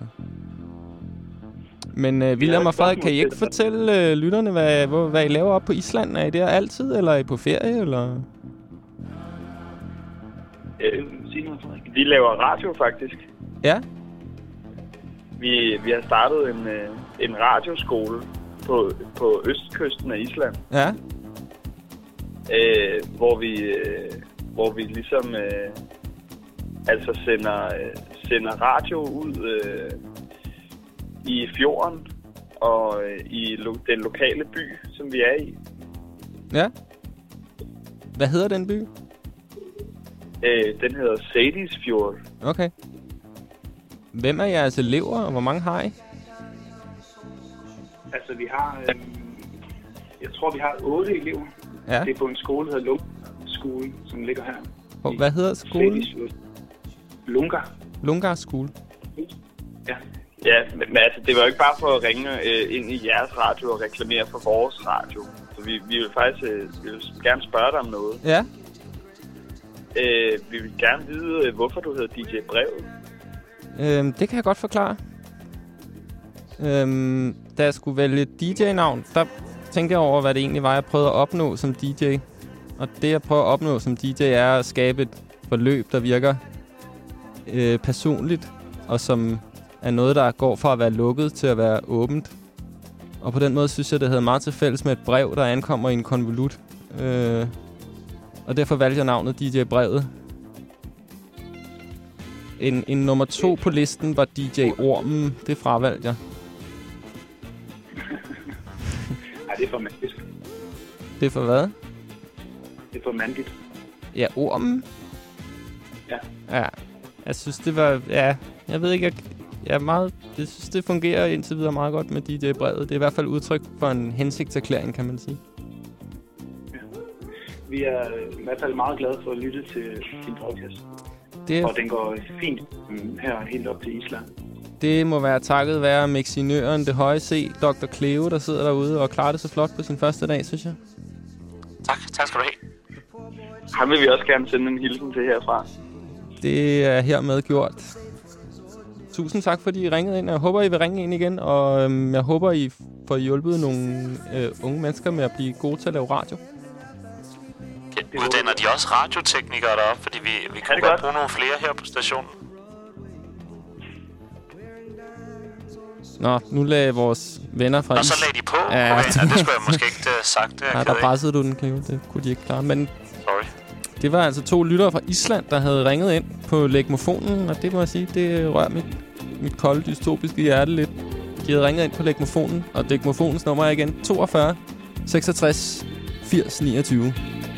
Men William og Frederik, kan I ikke fortælle lytterne, hvad I laver op på Island? Er I der altid, eller er I på ferie, eller... Sig noget, Frederik. Vi laver radio, faktisk. Ja? Vi har startet en radioskole på østkysten af Island. Ja. Hvor vi ligesom altså sender radio ud i fjorden og i den lokale by, som vi er i. Ja. Hvad hedder den by? Den hedder Seyðisfjörður. Okay. Hvem er jeres elever, og hvor mange har I? Altså, vi har... jeg tror, vi har 8 elever. Ja. Det er på en skole, der hedder Lunga-skole, som ligger her. Hvad hedder skolen? Lunga. Lunga Skole. Ja. Ja, men altså, det var jo ikke bare for at ringe ind i jeres radio og reklamere for vores radio. Så vi vil faktisk vi vil gerne spørge dig om noget. Ja. Vi vil gerne vide, hvorfor du hedder DJ Brevet. Det kan jeg godt forklare. Da jeg skulle vælge DJ-navn, der tænkte jeg over, hvad det egentlig var, jeg prøvede at opnå som DJ. Og det, jeg prøver at opnå som DJ, er at skabe et forløb, der virker personligt, og som er noget, der går fra at være lukket til at være åbent. Og på den måde synes jeg, det havde meget til fælles med et brev, der ankommer i en konvolut. Og derfor valgte jeg navnet DJ Brevet. En nummer 2 på listen var DJ Ormen. Det fravalgte jeg. Nej, det er for mandigt. Det er for hvad? Det er for mandigt. Ja, Ormen? Ja. Ja, jeg synes, det var... Ja, jeg ved ikke, jeg synes, det fungerer indtil videre meget godt med DJ Brevet. Det er i hvert fald udtryk for en hensigtserklæring, kan man sige. Ja. Vi er i hvert fald meget glade for at lytte til din podcast. Og den går fint her helt op til Island. Det må være takket være mixinøren, det høje C, Dr. Cleo, der sidder derude og klarer det så flot på sin første dag, synes jeg. Tak skal du have. Ham vil vi også gerne sende en hilsen til herfra. Det er hermed gjort. Tusind tak, fordi I ringede ind. Jeg håber, I vil ringe ind igen, og jeg håber, I får hjulpet nogle unge mennesker med at blive gode til at lave radio. Uddanner de også radioteknikere deroppe? Fordi vi kan godt bruge nogle flere her på stationen. Nå, nu lagde vores venner fra... Og så lagde de på? Ja, okay. Det skulle jeg måske ikke sagt. Nej, der pressede du den, Cleo. Det kunne de ikke klare. Men sorry. Det var altså 2 lyttere fra Island, der havde ringet ind på Lægmofonen. Og det må jeg sige, det rører mit kolde, dystopiske hjerte lidt. De havde ringet ind på Lægmofonen. Og Lægmofonens nummer er igen 42 66 80 29.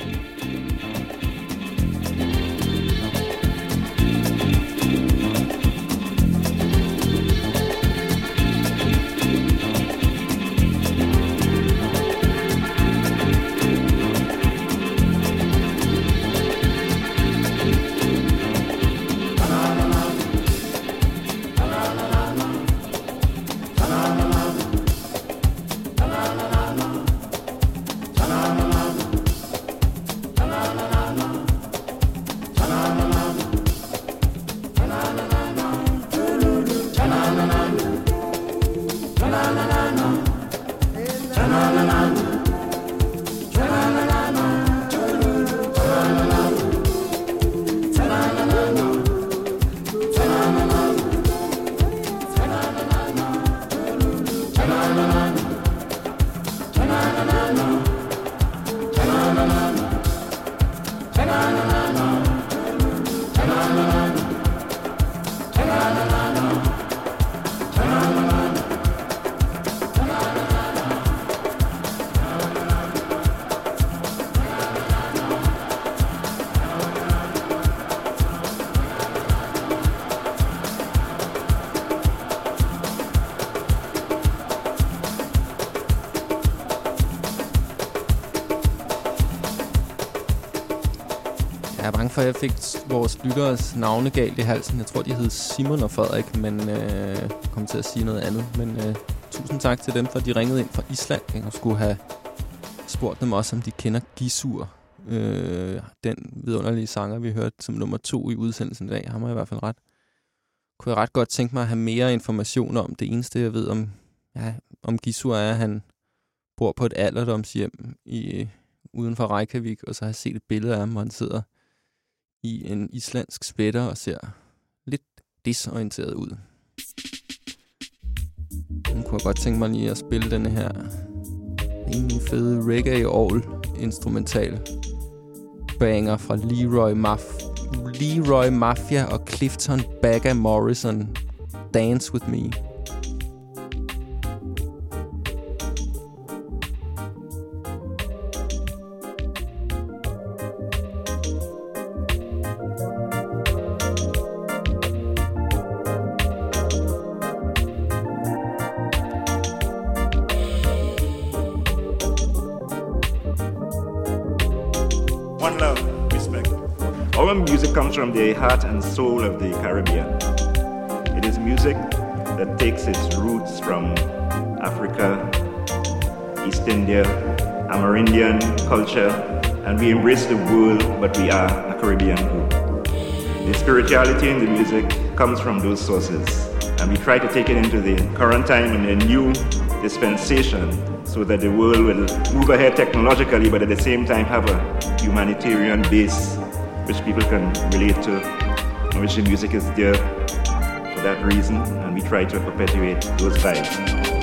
For jeg fik vores lytteres navne galt i halsen. Jeg tror, de hed Simon og Frederik, men kom til at sige noget andet. Men tusind tusind tak til dem, for de ringede ind fra Island. Jeg skulle have spurgt dem også, om de kender Gissur. Den vidunderlige sanger, vi hørte som nummer 2 i udsendelsen i dag. Ham har i hvert fald kunne jeg ret godt tænke mig at have mere information om. Det eneste, jeg ved om Gissur er, at han bor på et alderdomshjem uden for Reykjavik, og så har jeg set et billede af ham, hvor han sidder i en islandsk spætter og ser lidt desorienteret ud. Nu kunne jeg godt tænke mig lige at spille denne her rimelig fede reggae-orgel instrumental banger fra Leroy Mafia og Clifton Bagga Morrison, Dance With Me. Our music comes from the heart and soul of the Caribbean. It is music that takes its roots from Africa, East India, Amerindian culture, and we embrace the world, but we are a Caribbean group. The spirituality in the music comes from those sources, and we try to take it into the current time in a new dispensation so that the world will move ahead technologically, but at the same time have a humanitarian base which people can relate to, and which the music is there for that reason, and we try to perpetuate those vibes.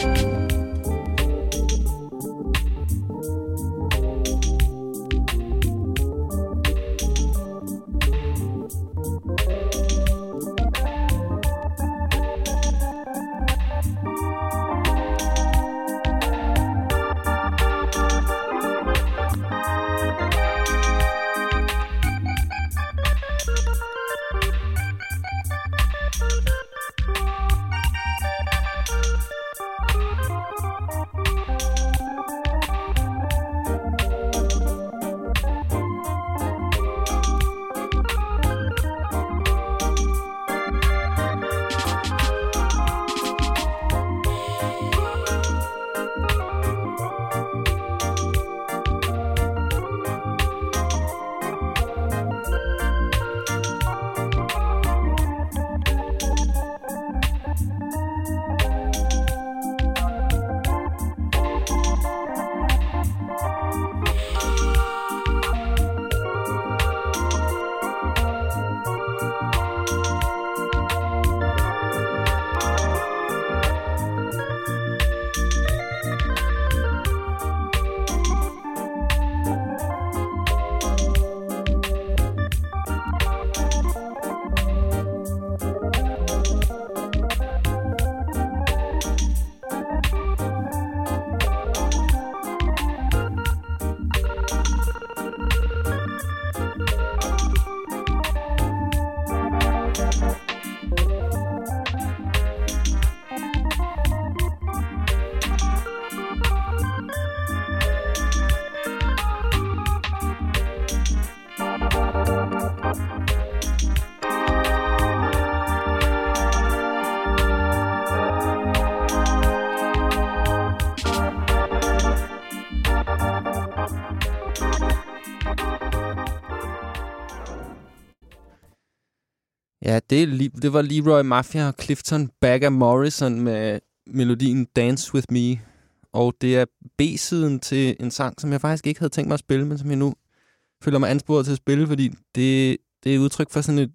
Ja, det var Leroy Mafia og Clifton Bagga Morrison med melodien Dance With Me. Og det er B-siden til en sang, som jeg faktisk ikke havde tænkt mig at spille, men som jeg nu føler mig ansporet til at spille, fordi det er et udtryk for sådan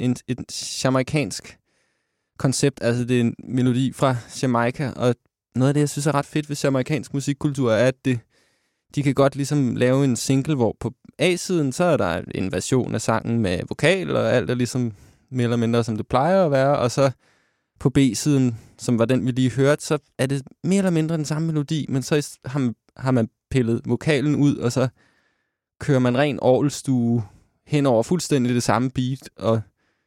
et jamaikansk koncept. Altså det er en melodi fra Jamaica, og noget af det, jeg synes er ret fedt ved jamaikansk musikkultur, er, at de kan godt ligesom lave en single, hvor på A-siden, så er der en version af sangen med vokal, og alt er ligesom mere eller mindre, som det plejer at være, og så på B-siden, som var den, vi lige hørte, så er det mere eller mindre den samme melodi, men så har man pillet vokalen ud, og så kører man ren orgelstue hen over fuldstændig det samme beat, og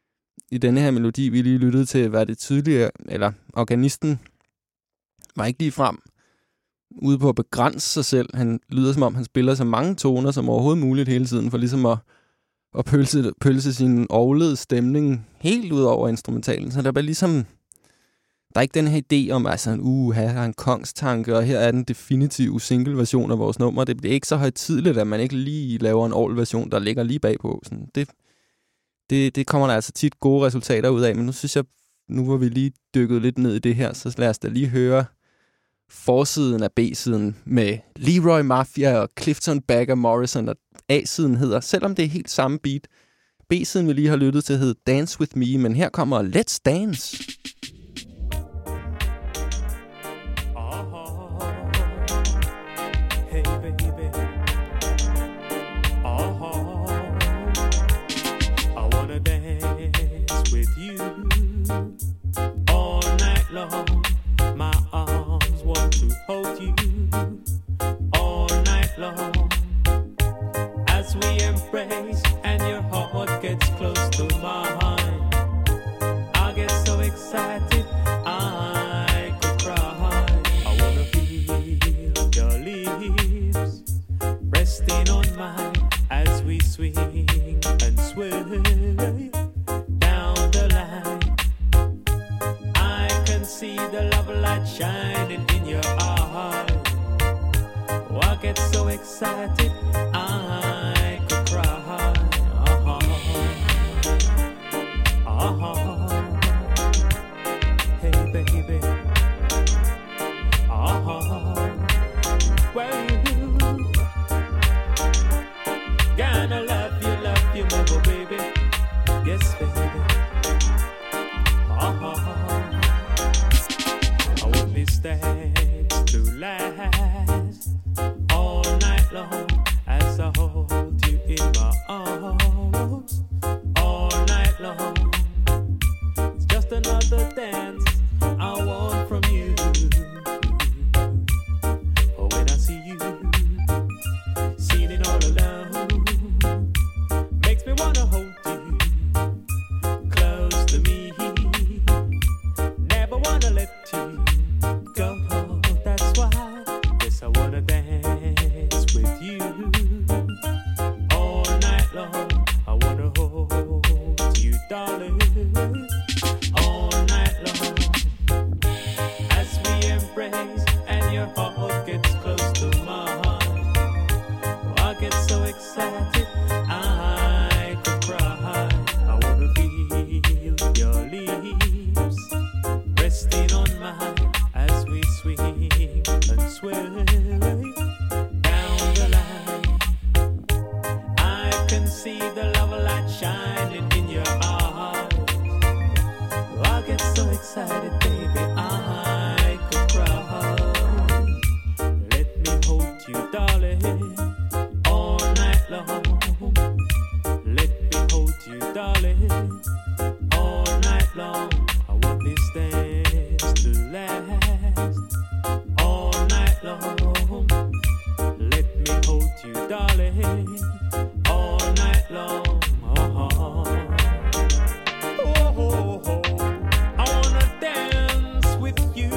i denne her melodi, vi lige lyttede til, var det tydeligere, eller organisten var ikke lige frem ude på at begrænse sig selv. Han lyder som om, han spiller så mange toner som overhovedet muligt hele tiden, for ligesom at pølse sin orglede stemning helt ud over instrumentalen. Så der Der er ikke den her idé om, altså, her er en kongstanke, og her er den definitive single-version af vores nummer. Det bliver ikke så højtideligt, at man ikke lige laver en all-version, der ligger lige bagpå. Sådan, det kommer der altså tit gode resultater ud af, men nu synes jeg, nu hvor vi lige dykket lidt ned i det her, så lad os da lige høre forsiden af B-siden med Leroy Mafia og Clifton Bagger Morrison, og A-siden hedder, selvom det er helt samme beat, B-siden vi lige har lyttet til hed Dance With Me, men her kommer Let's Dance. Hold you all night long as we embrace and your heart gets close to mine. I get so excited I could cry. I wanna feel your lips resting on mine as we swing and sway down the line. I can see the love light shining in your eyes. I get so excited I could cry. Hey baby. Well you gonna love you more baby. Yes baby. I want this dance to last all night long as I hold you in my arms all night long. It's just another dance I want from you. Oh, when I see you sitting all alone, makes me wanna hold you close to me. Never wanna let you go. That's why, yes, I wanna dance with you all night long. I wanna hold you, darling, all night long as we embrace and your heart gets close to mine. I get so excited I could cry. I wanna feel your lips resting on mine as we swing and sway down the line. I can see the love light shining in your eyes. I get so excited, baby, I could cry. Let me hold you, darling, all night long. Let me hold you, darling, all night long. I want this dance to last all night long. Let me hold you, darling, all night long. I wanna dance with you.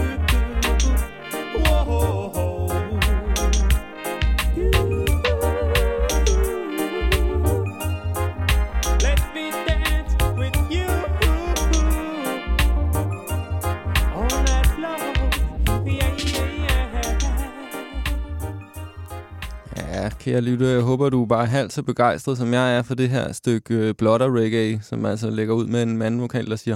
Let me dance with you all night long. Ja, kære lytter, jeg håber, du er bare halvt så begejstret, som jeg er for det her stykke blotter reggae, som altså lægger ud med en mandvokal, der siger,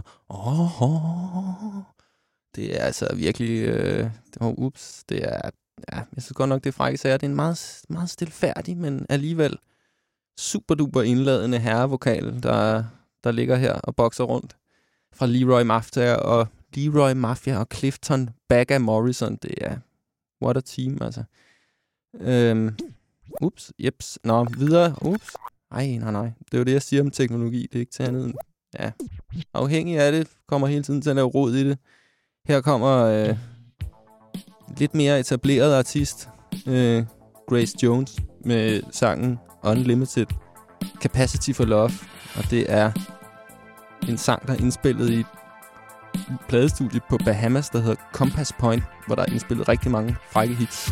Det er altså virkelig, det er, ja, jeg synes godt nok, det er frække sager. Det er en meget, meget stilfærdig, men alligevel super duper indladende herrevokal, der ligger her og bokser rundt fra Leroy Mafia og Clifton Bagger Morrison. Det er, what a team, altså. Nå, videre. Nej. Det er jo det, jeg siger om teknologi. Det er ikke til andet end, ja, afhængig af det, kommer hele tiden til at lave rod i det. Her kommer lidt mere etableret artist, Grace Jones, med sangen Unlimited Capacity for Love. Og det er en sang, der er indspillet i et pladestudie på Bahamas, der hedder Compass Point, hvor der er indspillet rigtig mange frække hits.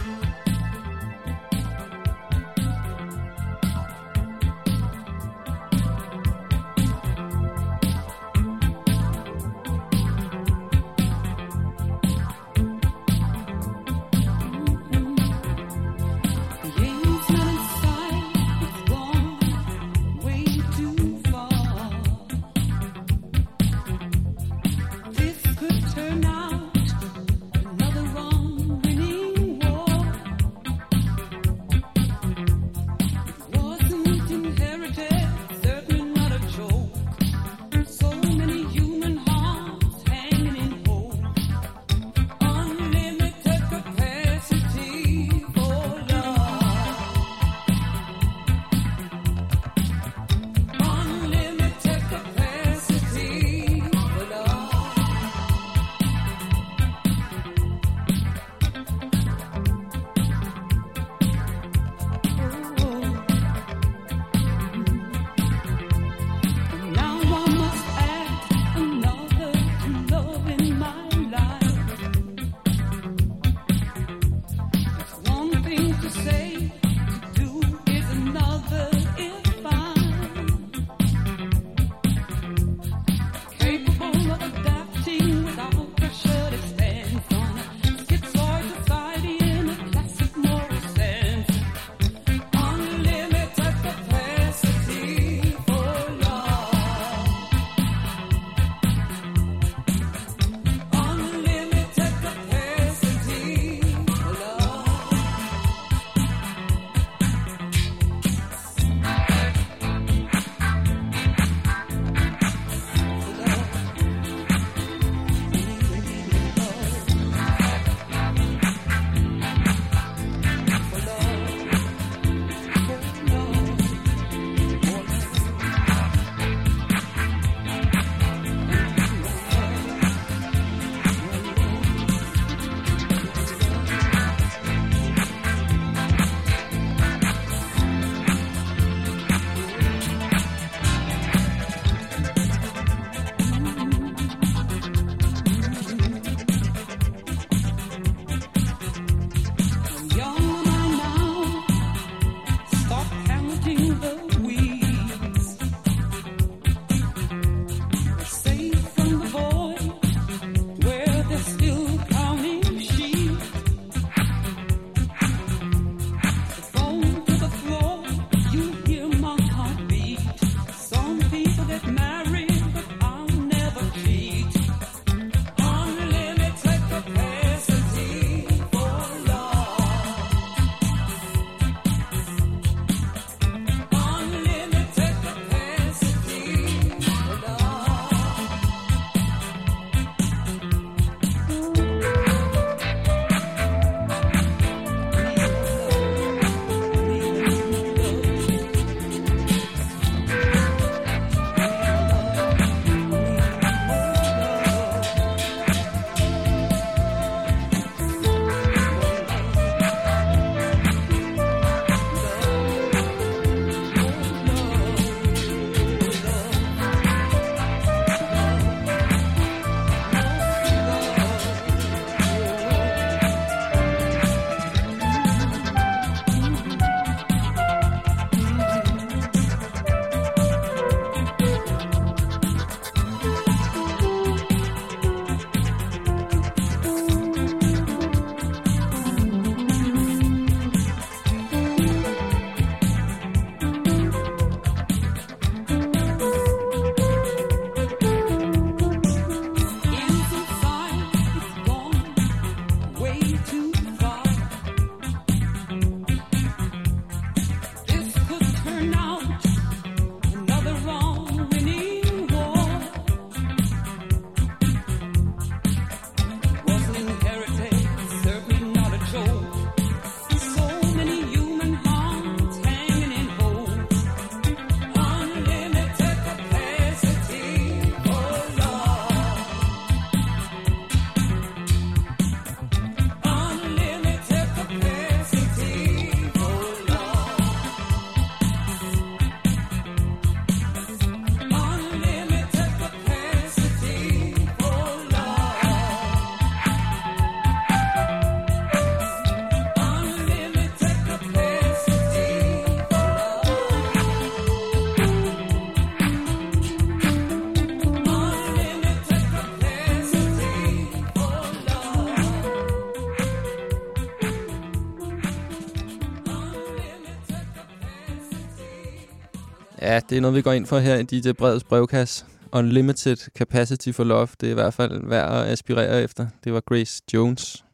Ja, det er noget, vi går ind for her i DJ Breds brevkasse. Unlimited Capacity for Love, det er i hvert fald værd at aspirere efter. Det var Grace Jones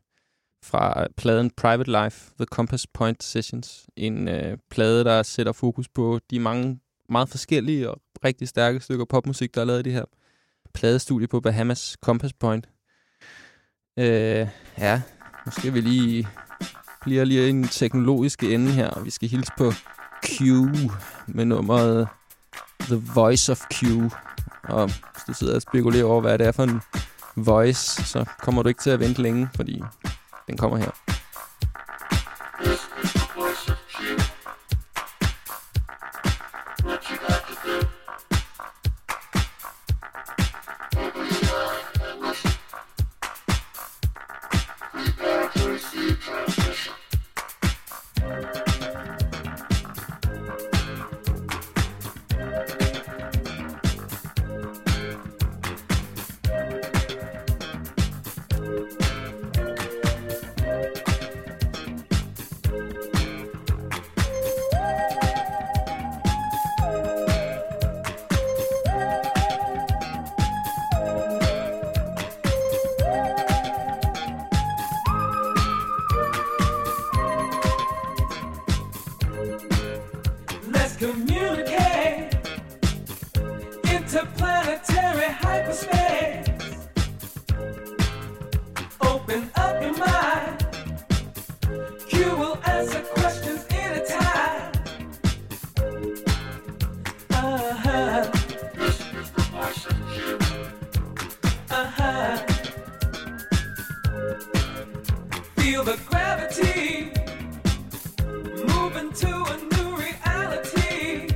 fra pladen Private Life, The Compass Point Sessions. En plade, der sætter fokus på de mange meget forskellige og rigtig stærke stykker popmusik, der er lavet i det her pladestudie på Bahamas Compass Point. Ja, nu skal vi lige i en teknologisk ende her, og vi skal hilse på Q med nummeret The Voice of Q. Og hvis du sidder og spekulerer over, hvad det er for en voice, så kommer du ikke til at vente længe, fordi den kommer her. communicate interplanetary hyperspace. Open up your mind. Q will answer questions anytime. Feel the gravity moving to a new reality.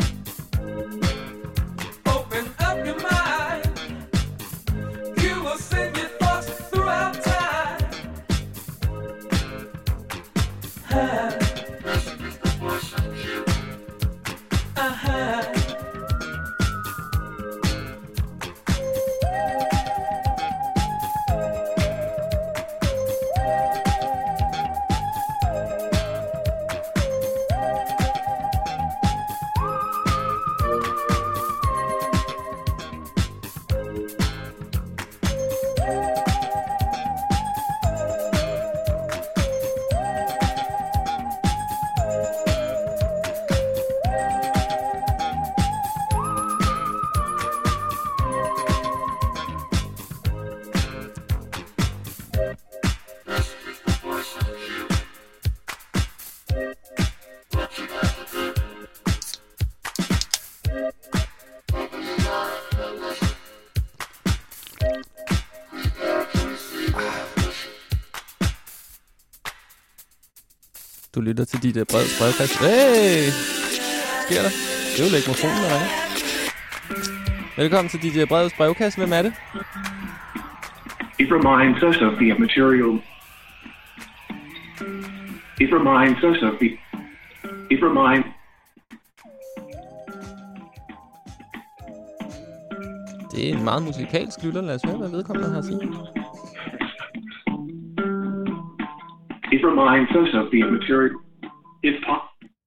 Open up your mind. You will send your thoughts throughout time. Du lytter til dit brevkast. Hey! Sker der? Det er jo mikrofonen, der ringer. Velkommen til dit brevkast. Hvem er det? It reminds us of the material. It reminds us of the. It reminds. Det er en meget musikalsk lytter. Lad os høre, hvad vedkommende har at sige. It reminds us of the material. If pop.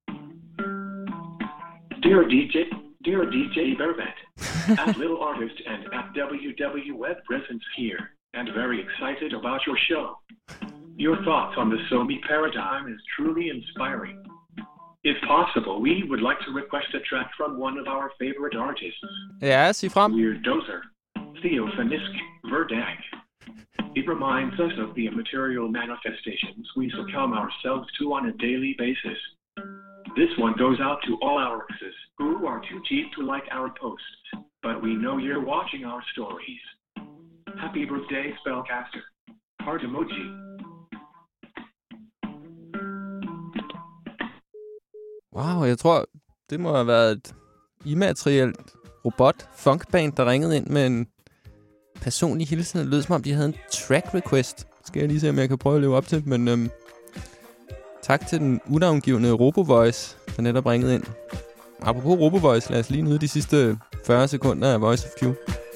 Dear DJ Vervet, as little artist and at WW Web presence here, and very excited about your show. Your thoughts on the Somi paradigm is truly inspiring. If possible, we would like to request a track from one of our favorite artists. Ja, sig frem. Weird Dozer, Theophanisk Verdag. It reminds us of the immaterial manifestations we succumb ourselves to on a daily basis. This one goes out to all our exes who are too cheap to like our posts, but we know you're watching our stories. Happy birthday, Spellcaster. Heart emoji. Wow, jeg tror, det må have været et immaterielt robot-funkband, der ringede ind med en personlig hilsen. Det lød som om, de havde en track request. Skal jeg lige se, om jeg kan prøve at leve op til. Men tak til den unavngivende RoboVoice, der netop ringede ind. Apropos RoboVoice, lad os lige nyde de sidste 40 sekunder af Voice of Q.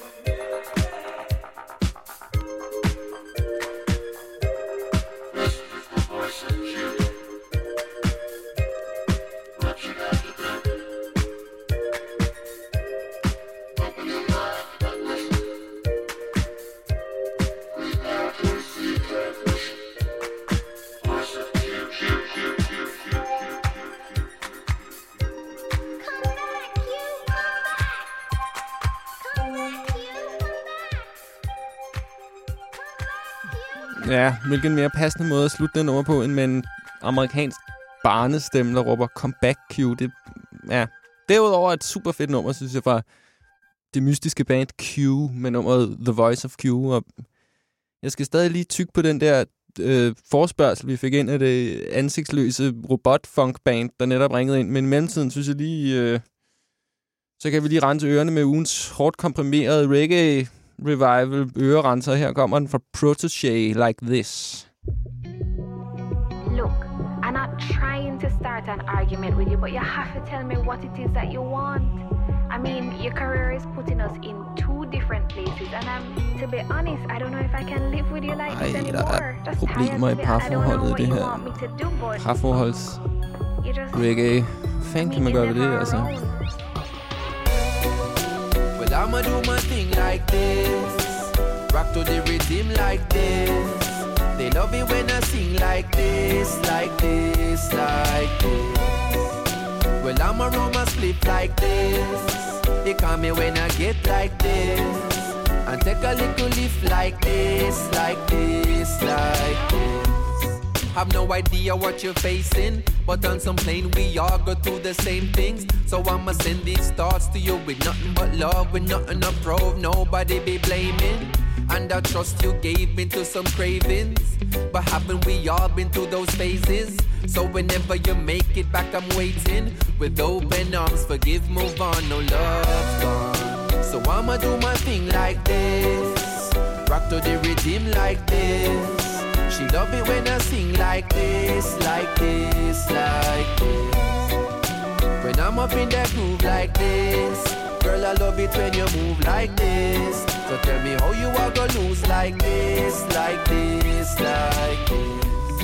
Ja, hvilken mere passende måde at slutte den over på, end med en amerikansk barnestemme, der råber comeback Q. Det, ja. Derudover et super fedt nummer, synes jeg, fra det mystiske band Q med nummeret The Voice of Q. Og jeg skal stadig lige tykke på den der forespørgsel, vi fik ind af det ansigtsløse robot-funk-band, der netop ringede ind. Men i mellemtiden synes jeg lige, så kan vi lige rense ørerne med ugens hårdt komprimerede reggae revival ørerenser. Her kommer den fra Protégé, Like This. Look, I'm not trying to start an argument with you, but you have to tell me what it is that you want. I mean, your career is putting us in two different places, and to be honest, I don't know if I can live with you like this anymore. Der er problemer i parforholdet i det her parforholds reggae. Fan kan man gøre ved det, altså. Well, I'ma do my thing like this, rock to the rhythm like this. They love it when I sing like this, like this, like this. Well, I'ma I'ma roll my split like this. They call me when I get like this. And take a little lift like this, like this, like this. Have no idea what you're facing, but on some plane we all go through the same things. So I'ma send these thoughts to you with nothing but love, with nothing to prove, nobody be blaming. And I trust you gave me to some cravings, but haven't we all been through those phases? So whenever you make it back, I'm waiting with open arms. Forgive, move on, no love's gone. So I'ma do my thing like this, rock to the rhythm like this. She love it when I sing like this, like this, like this. When I'm up in that groove like this, girl, I love it when you move like this. So tell me how you are gonna lose like this, like this, like this.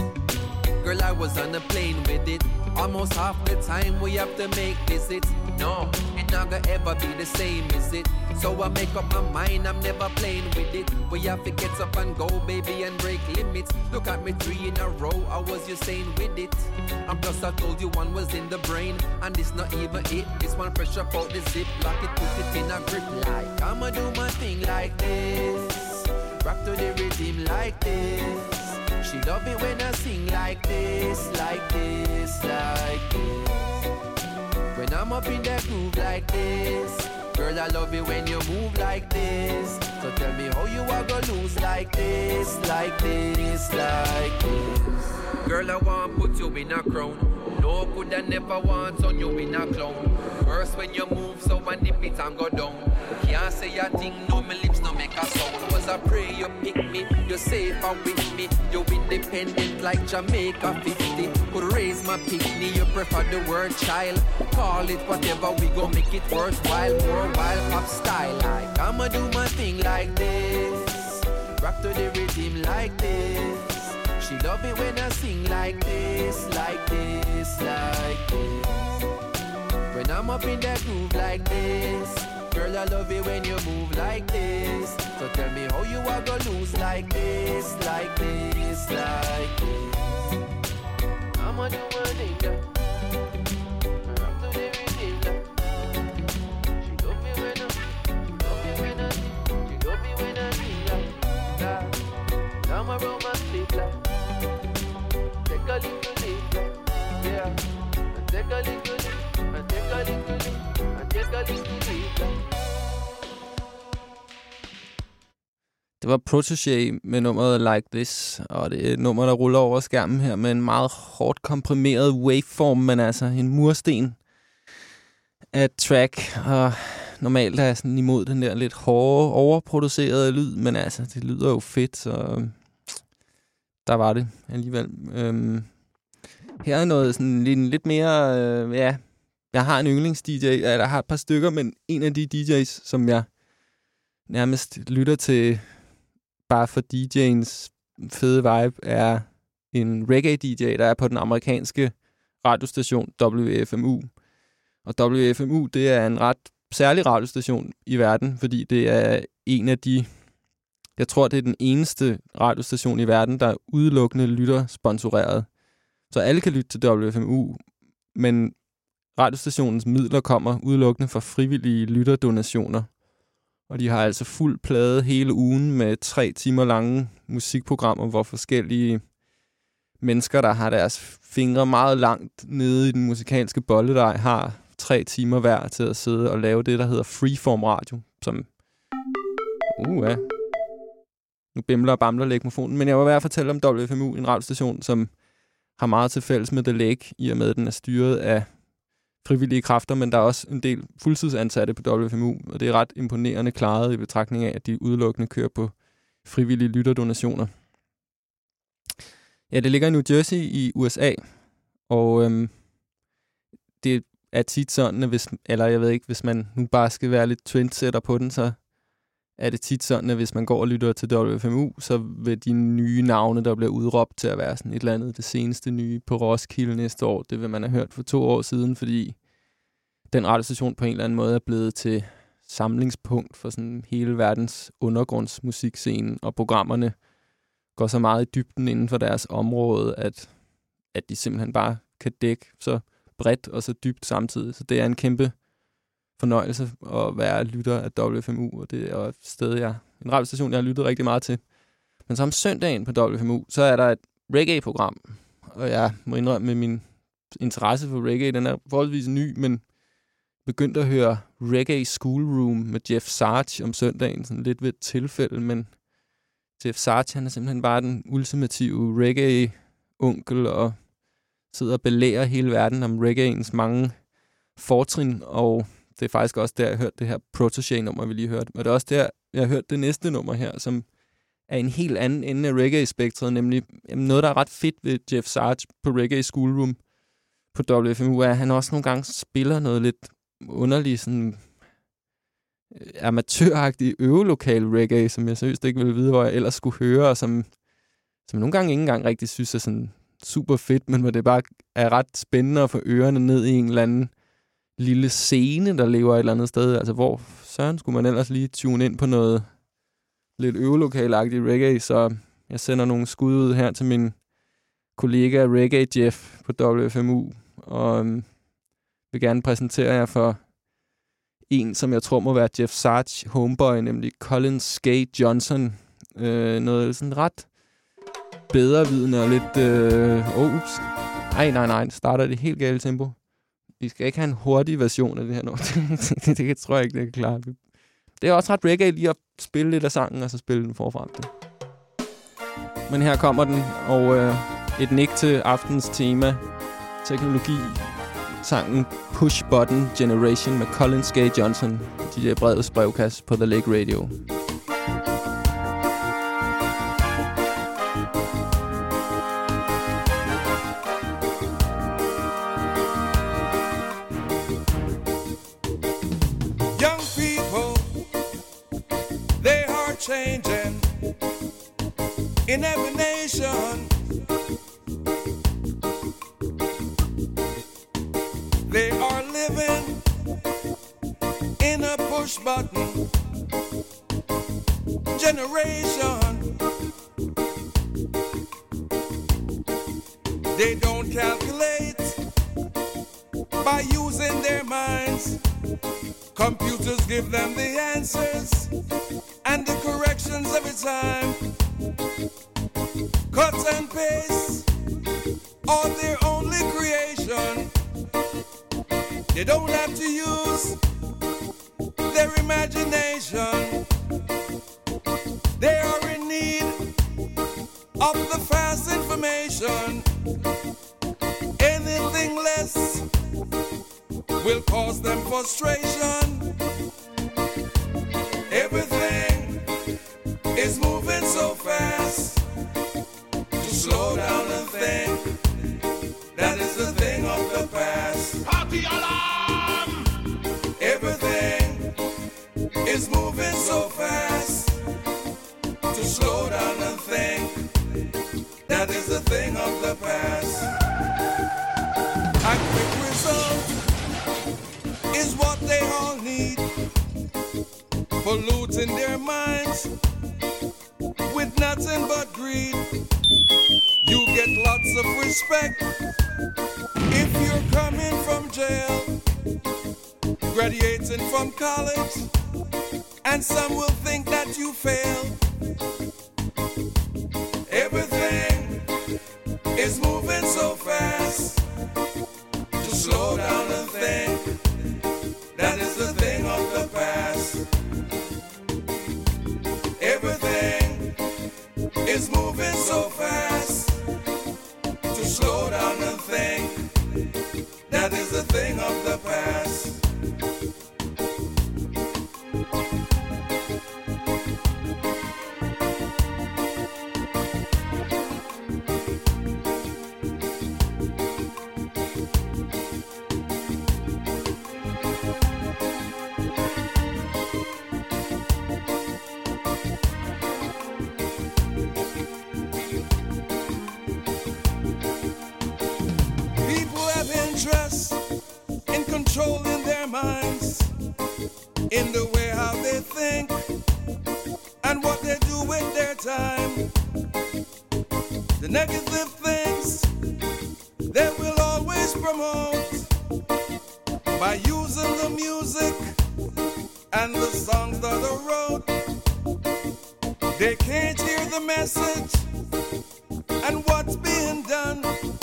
Girl, I was on a plane with it. Almost half the time we have to make visits. No, it not gonna ever be the same, is it? So I make up my mind, I'm never playing with it. We have to get up and go, baby, and break limits. Look at me 3 in a row, how was you saying with it? And plus I told you one was in the brain, and this not even it. This one fresh up out the zip, lock it, put it in a grip. Like I'ma do my thing like this, rock to the rhythm like this. She love it when I sing like this, like this, like this. When I'm up in that groove like this, girl, I love it when you move like this. So tell me how you are gonna lose like this, like this, like this. Girl, I want put you in a crown. No, could I never want on you in a clown. First when you move, so I nip it and go down. Can't say a thing, no, my lips no make a sound. Was I pray you pick me, you're safe and with me. You're independent like Jamaica 50. Could raise my picnic, you prefer the word child. Call it whatever, we gon' make it worthwhile. More wild pop style, like I'ma do my thing like this, rock to the rhythm like this. She love it when I sing like this, like this, like this. When I'm up in that groove like this, girl, I love it when you move like this. So tell me how you are gonna lose like this, like this, like this. I'ma do my thing, girl. Rock to the rhythm, she love me when I, she love me when I, she love me when I sing like. I'ma roll my sleep like. Take a little leap, yeah. Take a little leap, take a little leap, take a little leap. Det var Protégé med nummeret Like This, og det er et nummer, der ruller over skærmen her med en meget hårdt komprimeret waveform, men altså en mursten af track, og normalt er jeg sådan imod den der lidt hårde, overproducerede lyd, men altså, det lyder jo fedt, så der var det alligevel. Her er noget sådan lidt mere, ja, jeg har en yndlings-DJ, eller har et par stykker, men en af de DJ's, som jeg nærmest lytter til, bare for DJ'ens fede vibe, er en reggae-DJ, der er på den amerikanske radiostation WFMU. Og WFMU, det er en ret særlig radiostation i verden, fordi det er en af de, jeg tror, det er den eneste radiostation i verden, der er udelukkende lytter-sponsoreret. Så alle kan lytte til WFMU, men radiostationens midler kommer udelukkende fra frivillige lytterdonationer. Og de har altså fuld plade hele ugen med 3 timer lange musikprogrammer, hvor forskellige mennesker, der har deres fingre meget langt nede i den musikalske bolledej, har 3 timer hver til at sidde og lave det, der hedder freeform radio, som ja. Nu bimler og bamler lægmofonen, men jeg vil i hvert fald fortælle om WFMU, en radiostation, som har meget til fælles med The Lake, i og med, at den er styret af frivillige kræfter, men der er også en del fuldtidsansatte på WFMU, og det er ret imponerende klaret i betragtning af, at de udelukkende kører på frivillige lytterdonationer. Ja, det ligger i New Jersey i USA, og det er tit sådan, at hvis man nu bare skal være lidt trendsetter på den, så er det tit sådan, at hvis man går og lytter til WFMU, så vil de nye navne, der bliver udråbt til at være sådan et eller andet, det seneste nye på Roskilde næste år, det vil man have hørt for 2 år siden, fordi den radiostation på en eller anden måde er blevet til samlingspunkt for sådan hele verdens undergrundsmusikscene, og programmerne går så meget i dybden inden for deres område, at de simpelthen bare kan dække så bredt og så dybt samtidig. Så det er en kæmpe fornøjelse at være lytter af WFMU, og det er et sted, en radiostation, jeg har lyttet rigtig meget til. Men så om søndagen på WFMU, så er der et reggae-program, og jeg må indrømme med min interesse for reggae, den er forholdsvis ny, men begyndte at høre Reggae Schoolroom med Jeff Sarge om søndagen, sådan lidt ved et tilfælde, men Jeff Sarge, han er simpelthen bare den ultimative reggae-onkel, og sidder og belærer hele verden om reggaeens mange fortrin, og det er faktisk også der, jeg hørte det her Protégé-nummer, vi lige hørte. Og det er også der, jeg har hørt det næste nummer her, som er en helt anden ende af reggae-spektret, nemlig noget, der er ret fedt ved Jeff Sarge på Reggae Schoolroom på WFMU, er, at han også nogle gange spiller noget lidt underligt, sådan amatøragtigt øvelokal reggae, som jeg seriøst ikke ville vide, hvor jeg ellers skulle høre, og som nogle gange ikke engang rigtig synes er sådan super fedt, men hvor det bare er ret spændende at få ørerne ned i en eller anden lille scene, der lever et eller andet sted. Altså, hvor søren skulle man ellers lige tune ind på noget lidt øvelokalagtigt reggae, så jeg sender nogle skud ud her til min kollega Reggae Jeff på WFMU, og vil gerne præsentere jer for en, som jeg tror må være Jeff Sarge homeboy, nemlig Colin Skate Johnson. Noget sådan ret bedrevidende og lidt... Nej, starter det helt galt tempo. Vi skal ikke have en hurtig version af det her nu. det tror jeg ikke, det kan klare. Det er også ret reggae lige at spille lidt af sangen, og så spille den forfra. Men her kommer den, og et nik til aftens tema, teknologi, sangen Push Button Generation med Colin Skate Johnson, DJ Breds brevkasse på The Lake Radio. Changing in every nation. They are living in a push button generation. They don't calculate by using their minds. Computers give them the answers and the corrections every time. Cut and paste are their only creation. They don't have to use their imagination. They are in need of the fast information. Anything less will cause them frustration. Everything is moving so fast. To slow down and think, that is the thing of the past. Party alarm! Everything is moving so fast. To slow down and think, that is the thing of the past. A quick result is what they all need. Polluting their minds with nothing but greed. You get lots of respect if you're coming from jail, graduating from college, and some will think that you failed. Everything is moving so fast. To slow down and think, that is the thing of the past. Everything is moving so fast. To slow down and think, that is the thing of the past. Controlling their minds in the way how they think and what they do with their time. The negative things they will always promote. by using the music and the songs that are wrote. They can't hear the message and what's being done.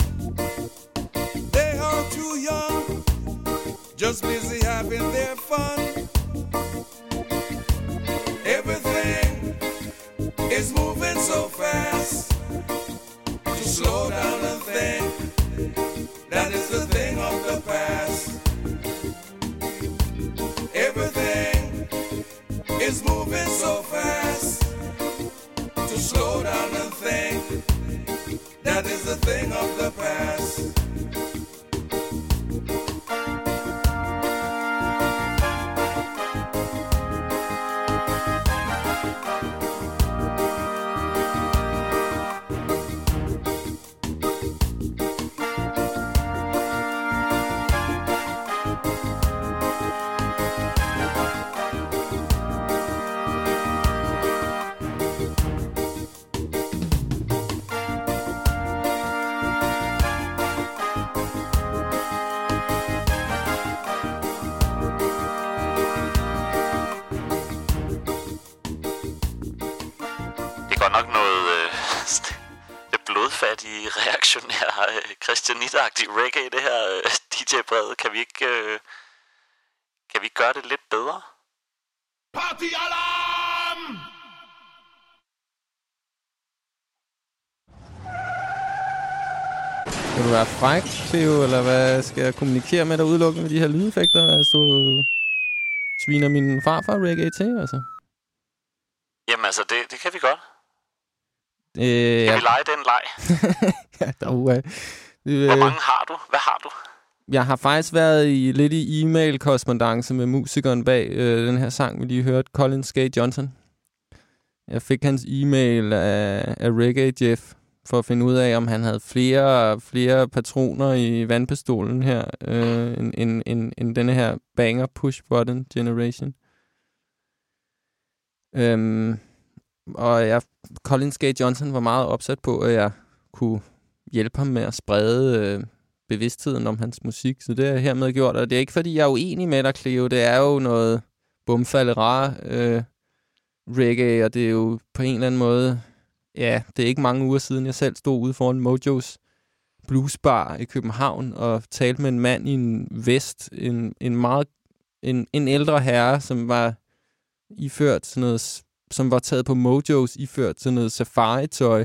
They are too young, just busy having their fun. Everything is moving so fast. To slow down and think, that is the thing of the past. Everything is moving so fast. To slow down and think, that is the thing of the past. Reaktionær Christianit-agtig reggae, det her DJ-brevet. Kan vi gøre det lidt bedre? Party-alarm! Skal du være fræk, Cleo, eller hvad? Skal jeg kommunikere med dig udelukkende med de her lydeffekter? Altså, sviner min farfar reggae til, altså? Jamen altså, det kan vi godt. Kan vi lege den leg? Ja, hvor mange har du? Hvad har du? Jeg har faktisk været lidt i e-mail-korrespondance med musikeren bag den her sang, vi lige hørte, Colin Skay Johnson. Jeg fik hans e-mail af Reggae Jeff, for at finde ud af, om han havde flere patroner i vandpistolen her, end denne her banger push button generation. Og Colin Skay Johnson var meget opsat på, at jeg kunne hjælpe ham med at sprede bevidstheden om hans musik. Så det er hermed gjort, og det er ikke, fordi jeg er uenig med dig, Cleo. Det er jo noget bumfalderare reggae, og det er jo på en eller anden måde... Ja, det er ikke mange uger siden, jeg selv stod ude foran Mojos Bluesbar i København og talte med en mand i en vest, en ældre herre, som var iført sådan noget, som var taget på Mojos, iført sådan noget safari-tøj,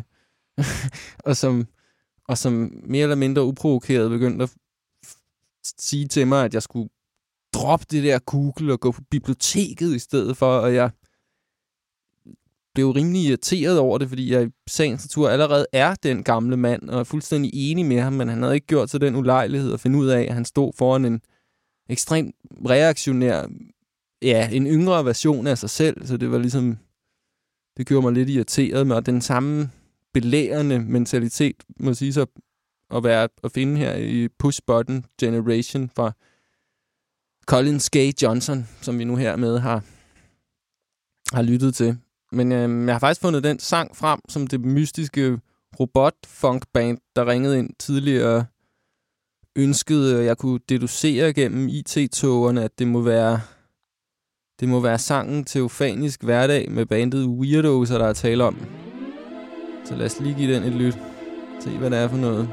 og som mere eller mindre uprovokeret begyndte at sige til mig, at jeg skulle droppe det der Google og gå på biblioteket i stedet for, og jeg blev rimelig irriteret over det, fordi jeg i sagens natur allerede er den gamle mand, og er fuldstændig enig med ham, men han havde ikke gjort sig den ulejlighed at finde ud af, at han stod foran en ekstremt reaktionær, en yngre version af sig selv, så det var ligesom, det gjorde mig lidt irriteret med, og den samme belærende mentalitet, må sige så, at finde her i Push Button Generation fra Colin Skay Johnson, som vi nu hermed har lyttet til. Men jeg har faktisk fundet den sang frem, som det mystiske robot-funk-band, der ringede ind tidligere, ønskede, at jeg kunne deducere gennem IT-togerne, at det må være sangen Teofanisk Hverdag med bandet Weirdos, der er tale om. Så lad os lige give den et lyt. Se, hvad det er for noget.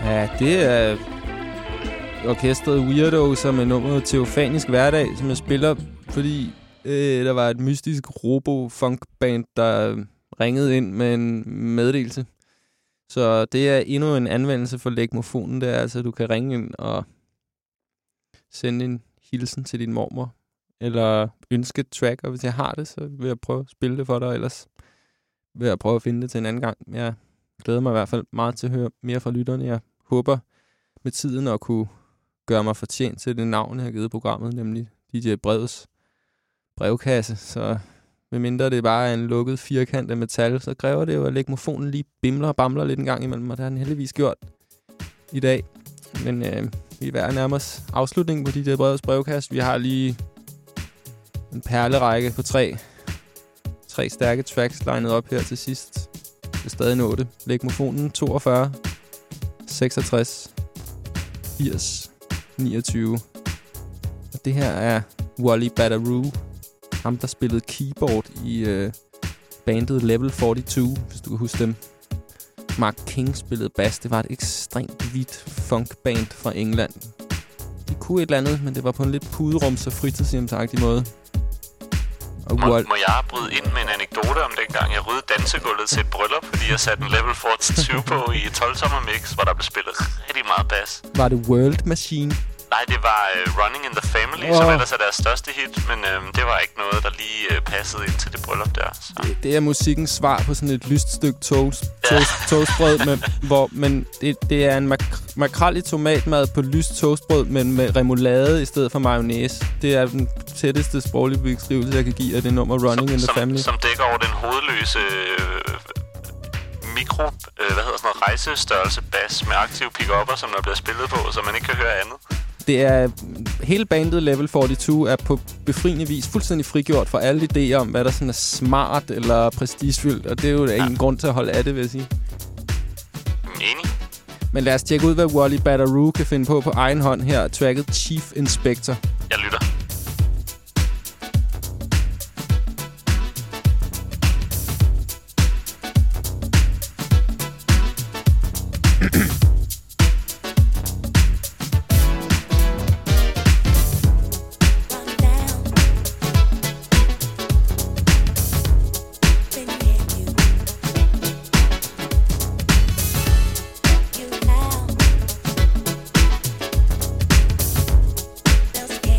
Ja, det er orkestret Weirdo med nummeret Teofanisk Hverdag, som jeg spiller, fordi der var et mystisk robo-funk-band, der ringede ind med en meddelelse. Så det er endnu en anvendelse for Legmofonen. Det er altså, du kan ringe ind og sende en hilsen til din mormor, eller ønske et track, og hvis jeg har det, så vil jeg prøve at spille det for dig, ellers vil jeg prøve at finde det til en anden gang. Jeg glæder mig i hvert fald meget til at høre mere fra lytterne. Jeg håber med tiden at kunne gøre mig fortjent til det navn, jeg har givet programmet, nemlig DJ Breds brevkasse. Så medmindre det bare er en lukket firkant af metal, så kræver det jo, at Legmofonen lige bimler og bamler lidt en gang imellem, og det har den heldigvis gjort i dag. Men vi er ved at nærme os afslutningen på DJ Breds brevkasse. Vi har lige en perlerække på tre stærke tracks legnet op her til sidst. Det er stadig en 8. Legmofonen 42, 66, 80, 29. Og det her er Wally Badaroo. Ham, der spillede keyboard i bandet Level 42, hvis du kan huske dem. Mark King spillede bass. Det var et ekstremt hvidt funkband fra England. De kunne et eller andet, men det var på en lidt puderums- og fritidshjemsagtig måde. Må jeg bryde ind med en anekdote om dengang, jeg ryddede dansegulvet til et bryllup, fordi jeg satte en Level 42 på i 12-tommer mix, hvor der blev spillet rigtig meget bass. Var det World Machine? Nej, det var Running in the Family, som ellers er deres største hit, men det var ikke noget, der lige passede ind til det bryllup der. Det er musikkens svar på sådan et lyst stykke toastbrød, men det er en makrel i tomatmad på lyst toastbrød, men med remoulade i stedet for mayonnaise. Det er den tætteste sproglige beskrivelse, jeg kan give af det nummer Running in the Family. Som dækker over den hovedløse rejsestørrelse bass med aktive pick-upper, som der bliver spillet på, så man ikke kan høre andet. Det er hele bandet Level 42 er på befriende vis fuldstændig frigjort fra alle idéer om, hvad der sådan er smart eller prestigefyldt, og det er jo ingen grund til at holde af det, vil jeg sige. Enig. Men lad os tjekke ud, hvad Wally Badaroo kan finde på egen hånd her. Tracket Chief Inspector. Jeg lytter. Those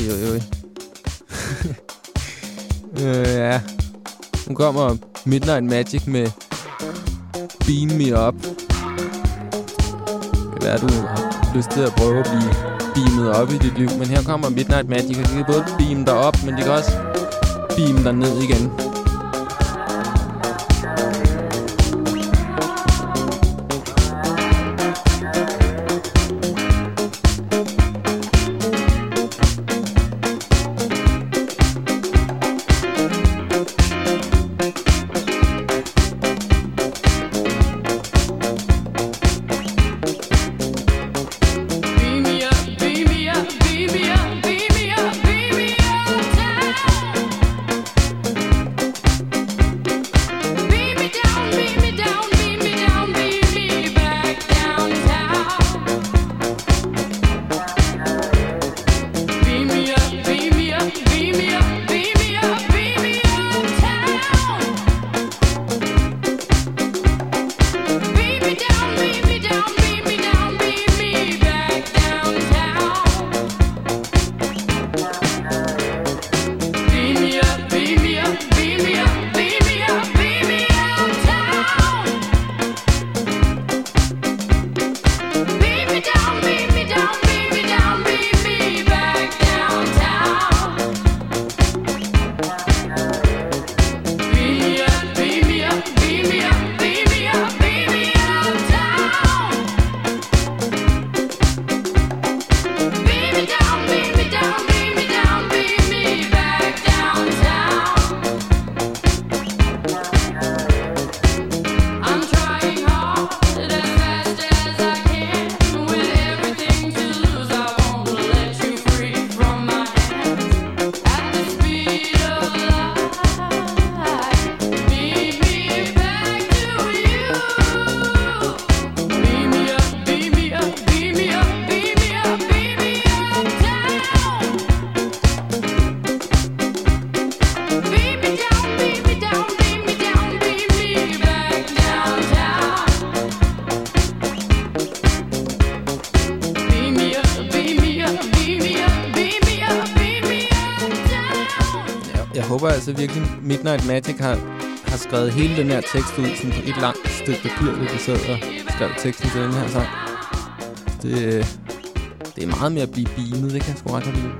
Ja. Nu kommer Midnight Magic med Beam Me Up. Det kan være, du har lyst til at prøve at blive beamet op i dit liv. Men her kommer Midnight Magic, og de kan både beame dig op, men de kan også beame dig ned igen. Altså virkelig Midnight Magic har skrevet hele den her tekst ud sådan på et langt stykke papir, hvor de sad og skrev teksten til den her sang. Det er meget mere at blive beamet, det kan jeg sgu ret lide.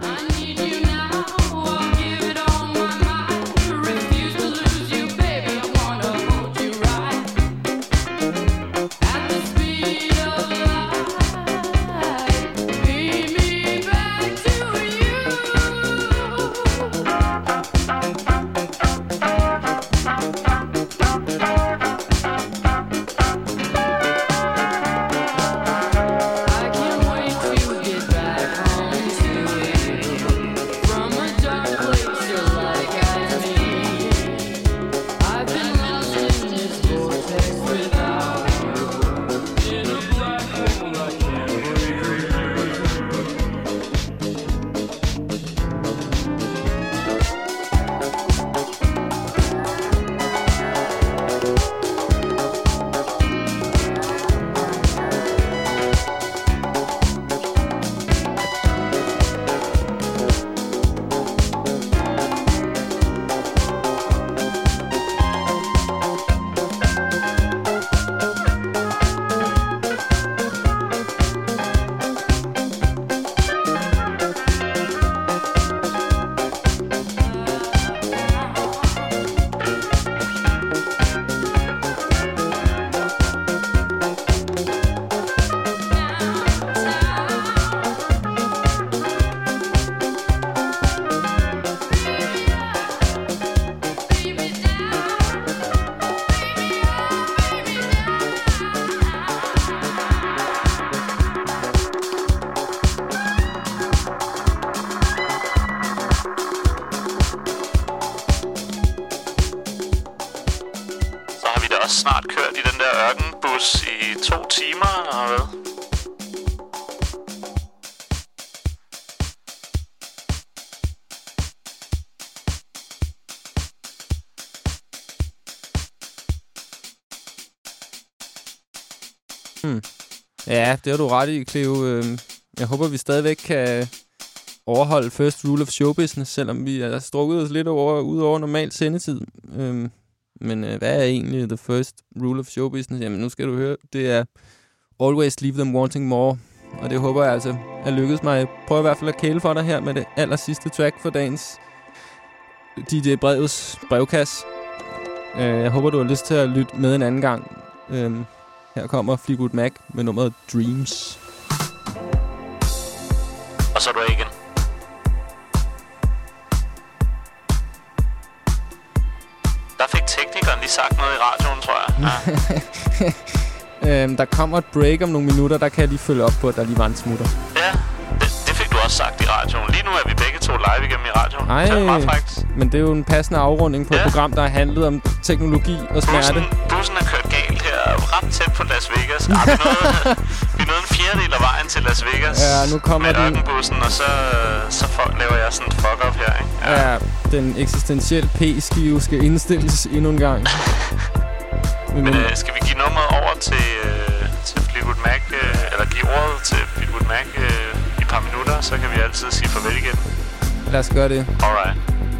Snart kørt i den der ørkenbus i 2 timer, eller hvad? Ja, det har du ret i, Cleo. Jeg håber, vi stadigvæk kan overholde first rule of showbusiness, selvom vi er strukket os lidt ud over normal sendetid. Men hvad er egentlig the first rule of showbusiness? Jamen, nu skal du høre. Det er always leave them wanting more. Og det håber jeg altså er lykkedes mig. Jeg prøver i hvert fald at kæle for dig her med det aller sidste track for dagens DJ Breds brevkasse. Jeg håber, du har lyst til at lytte med en anden gang. Her kommer Fleetwood Mac med nummeret Dreams. Og så er du igen. Der fik teknikeren lige sagt noget i radioen, tror jeg. Ja. Der kommer et break om nogle minutter, der kan jeg lige følge op på, at der lige var en smutter. Ja, det fik du også sagt i radioen. Lige nu er vi begge to live igennem i radioen. Nej, det er meget frækt. Men det er jo en passende afrunding på et program, der har handlet om teknologi og smerte. Bussen er kørt galt her, ret tæt på Las Vegas. Vi nåede en fjerdedel af vejen til Las Vegas. Ja, nu kommer med ørkenbussen, og så laver jeg sådan et fuck-up her, ikke? Ja, den eksistentielle P-skive skal indstilles endnu en gang. Men skal vi give nummeret over til Fleetwood Mac, eller give ordet til Fleetwood Mac i et par minutter, så kan vi altid sige farvel igen. Lad os gøre det. Alright.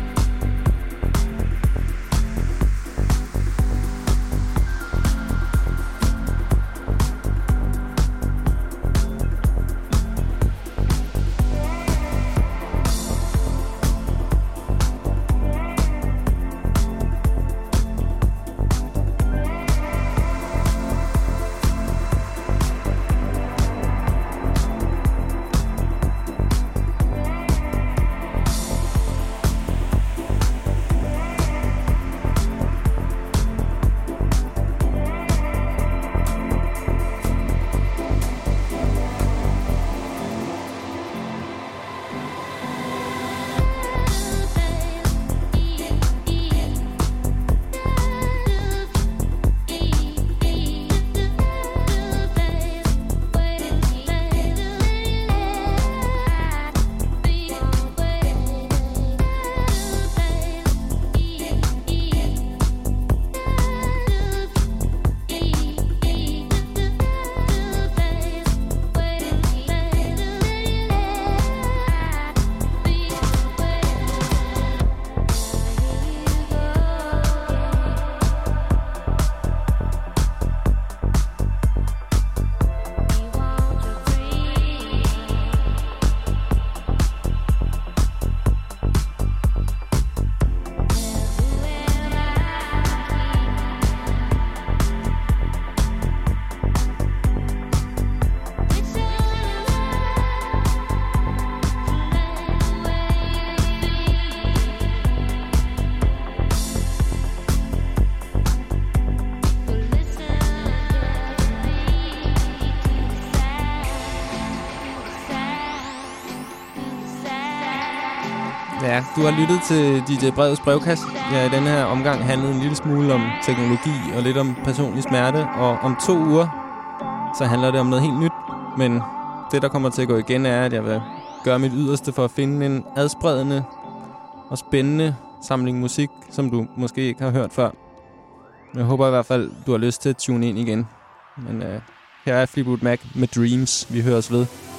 Ja, du har lyttet til DJ Breds brevkasse. Ja, i denne her omgang handlede en lille smule om teknologi og lidt om personlig smerte. Og om 2 uger, så handler det om noget helt nyt. Men det, der kommer til at gå igen, er, at jeg vil gøre mit yderste for at finde en adspredende og spændende samling musik, som du måske ikke har hørt før. Jeg håber i hvert fald, du har lyst til at tune ind igen. Men her er Fleetwood Mac med Dreams. Vi høres ved.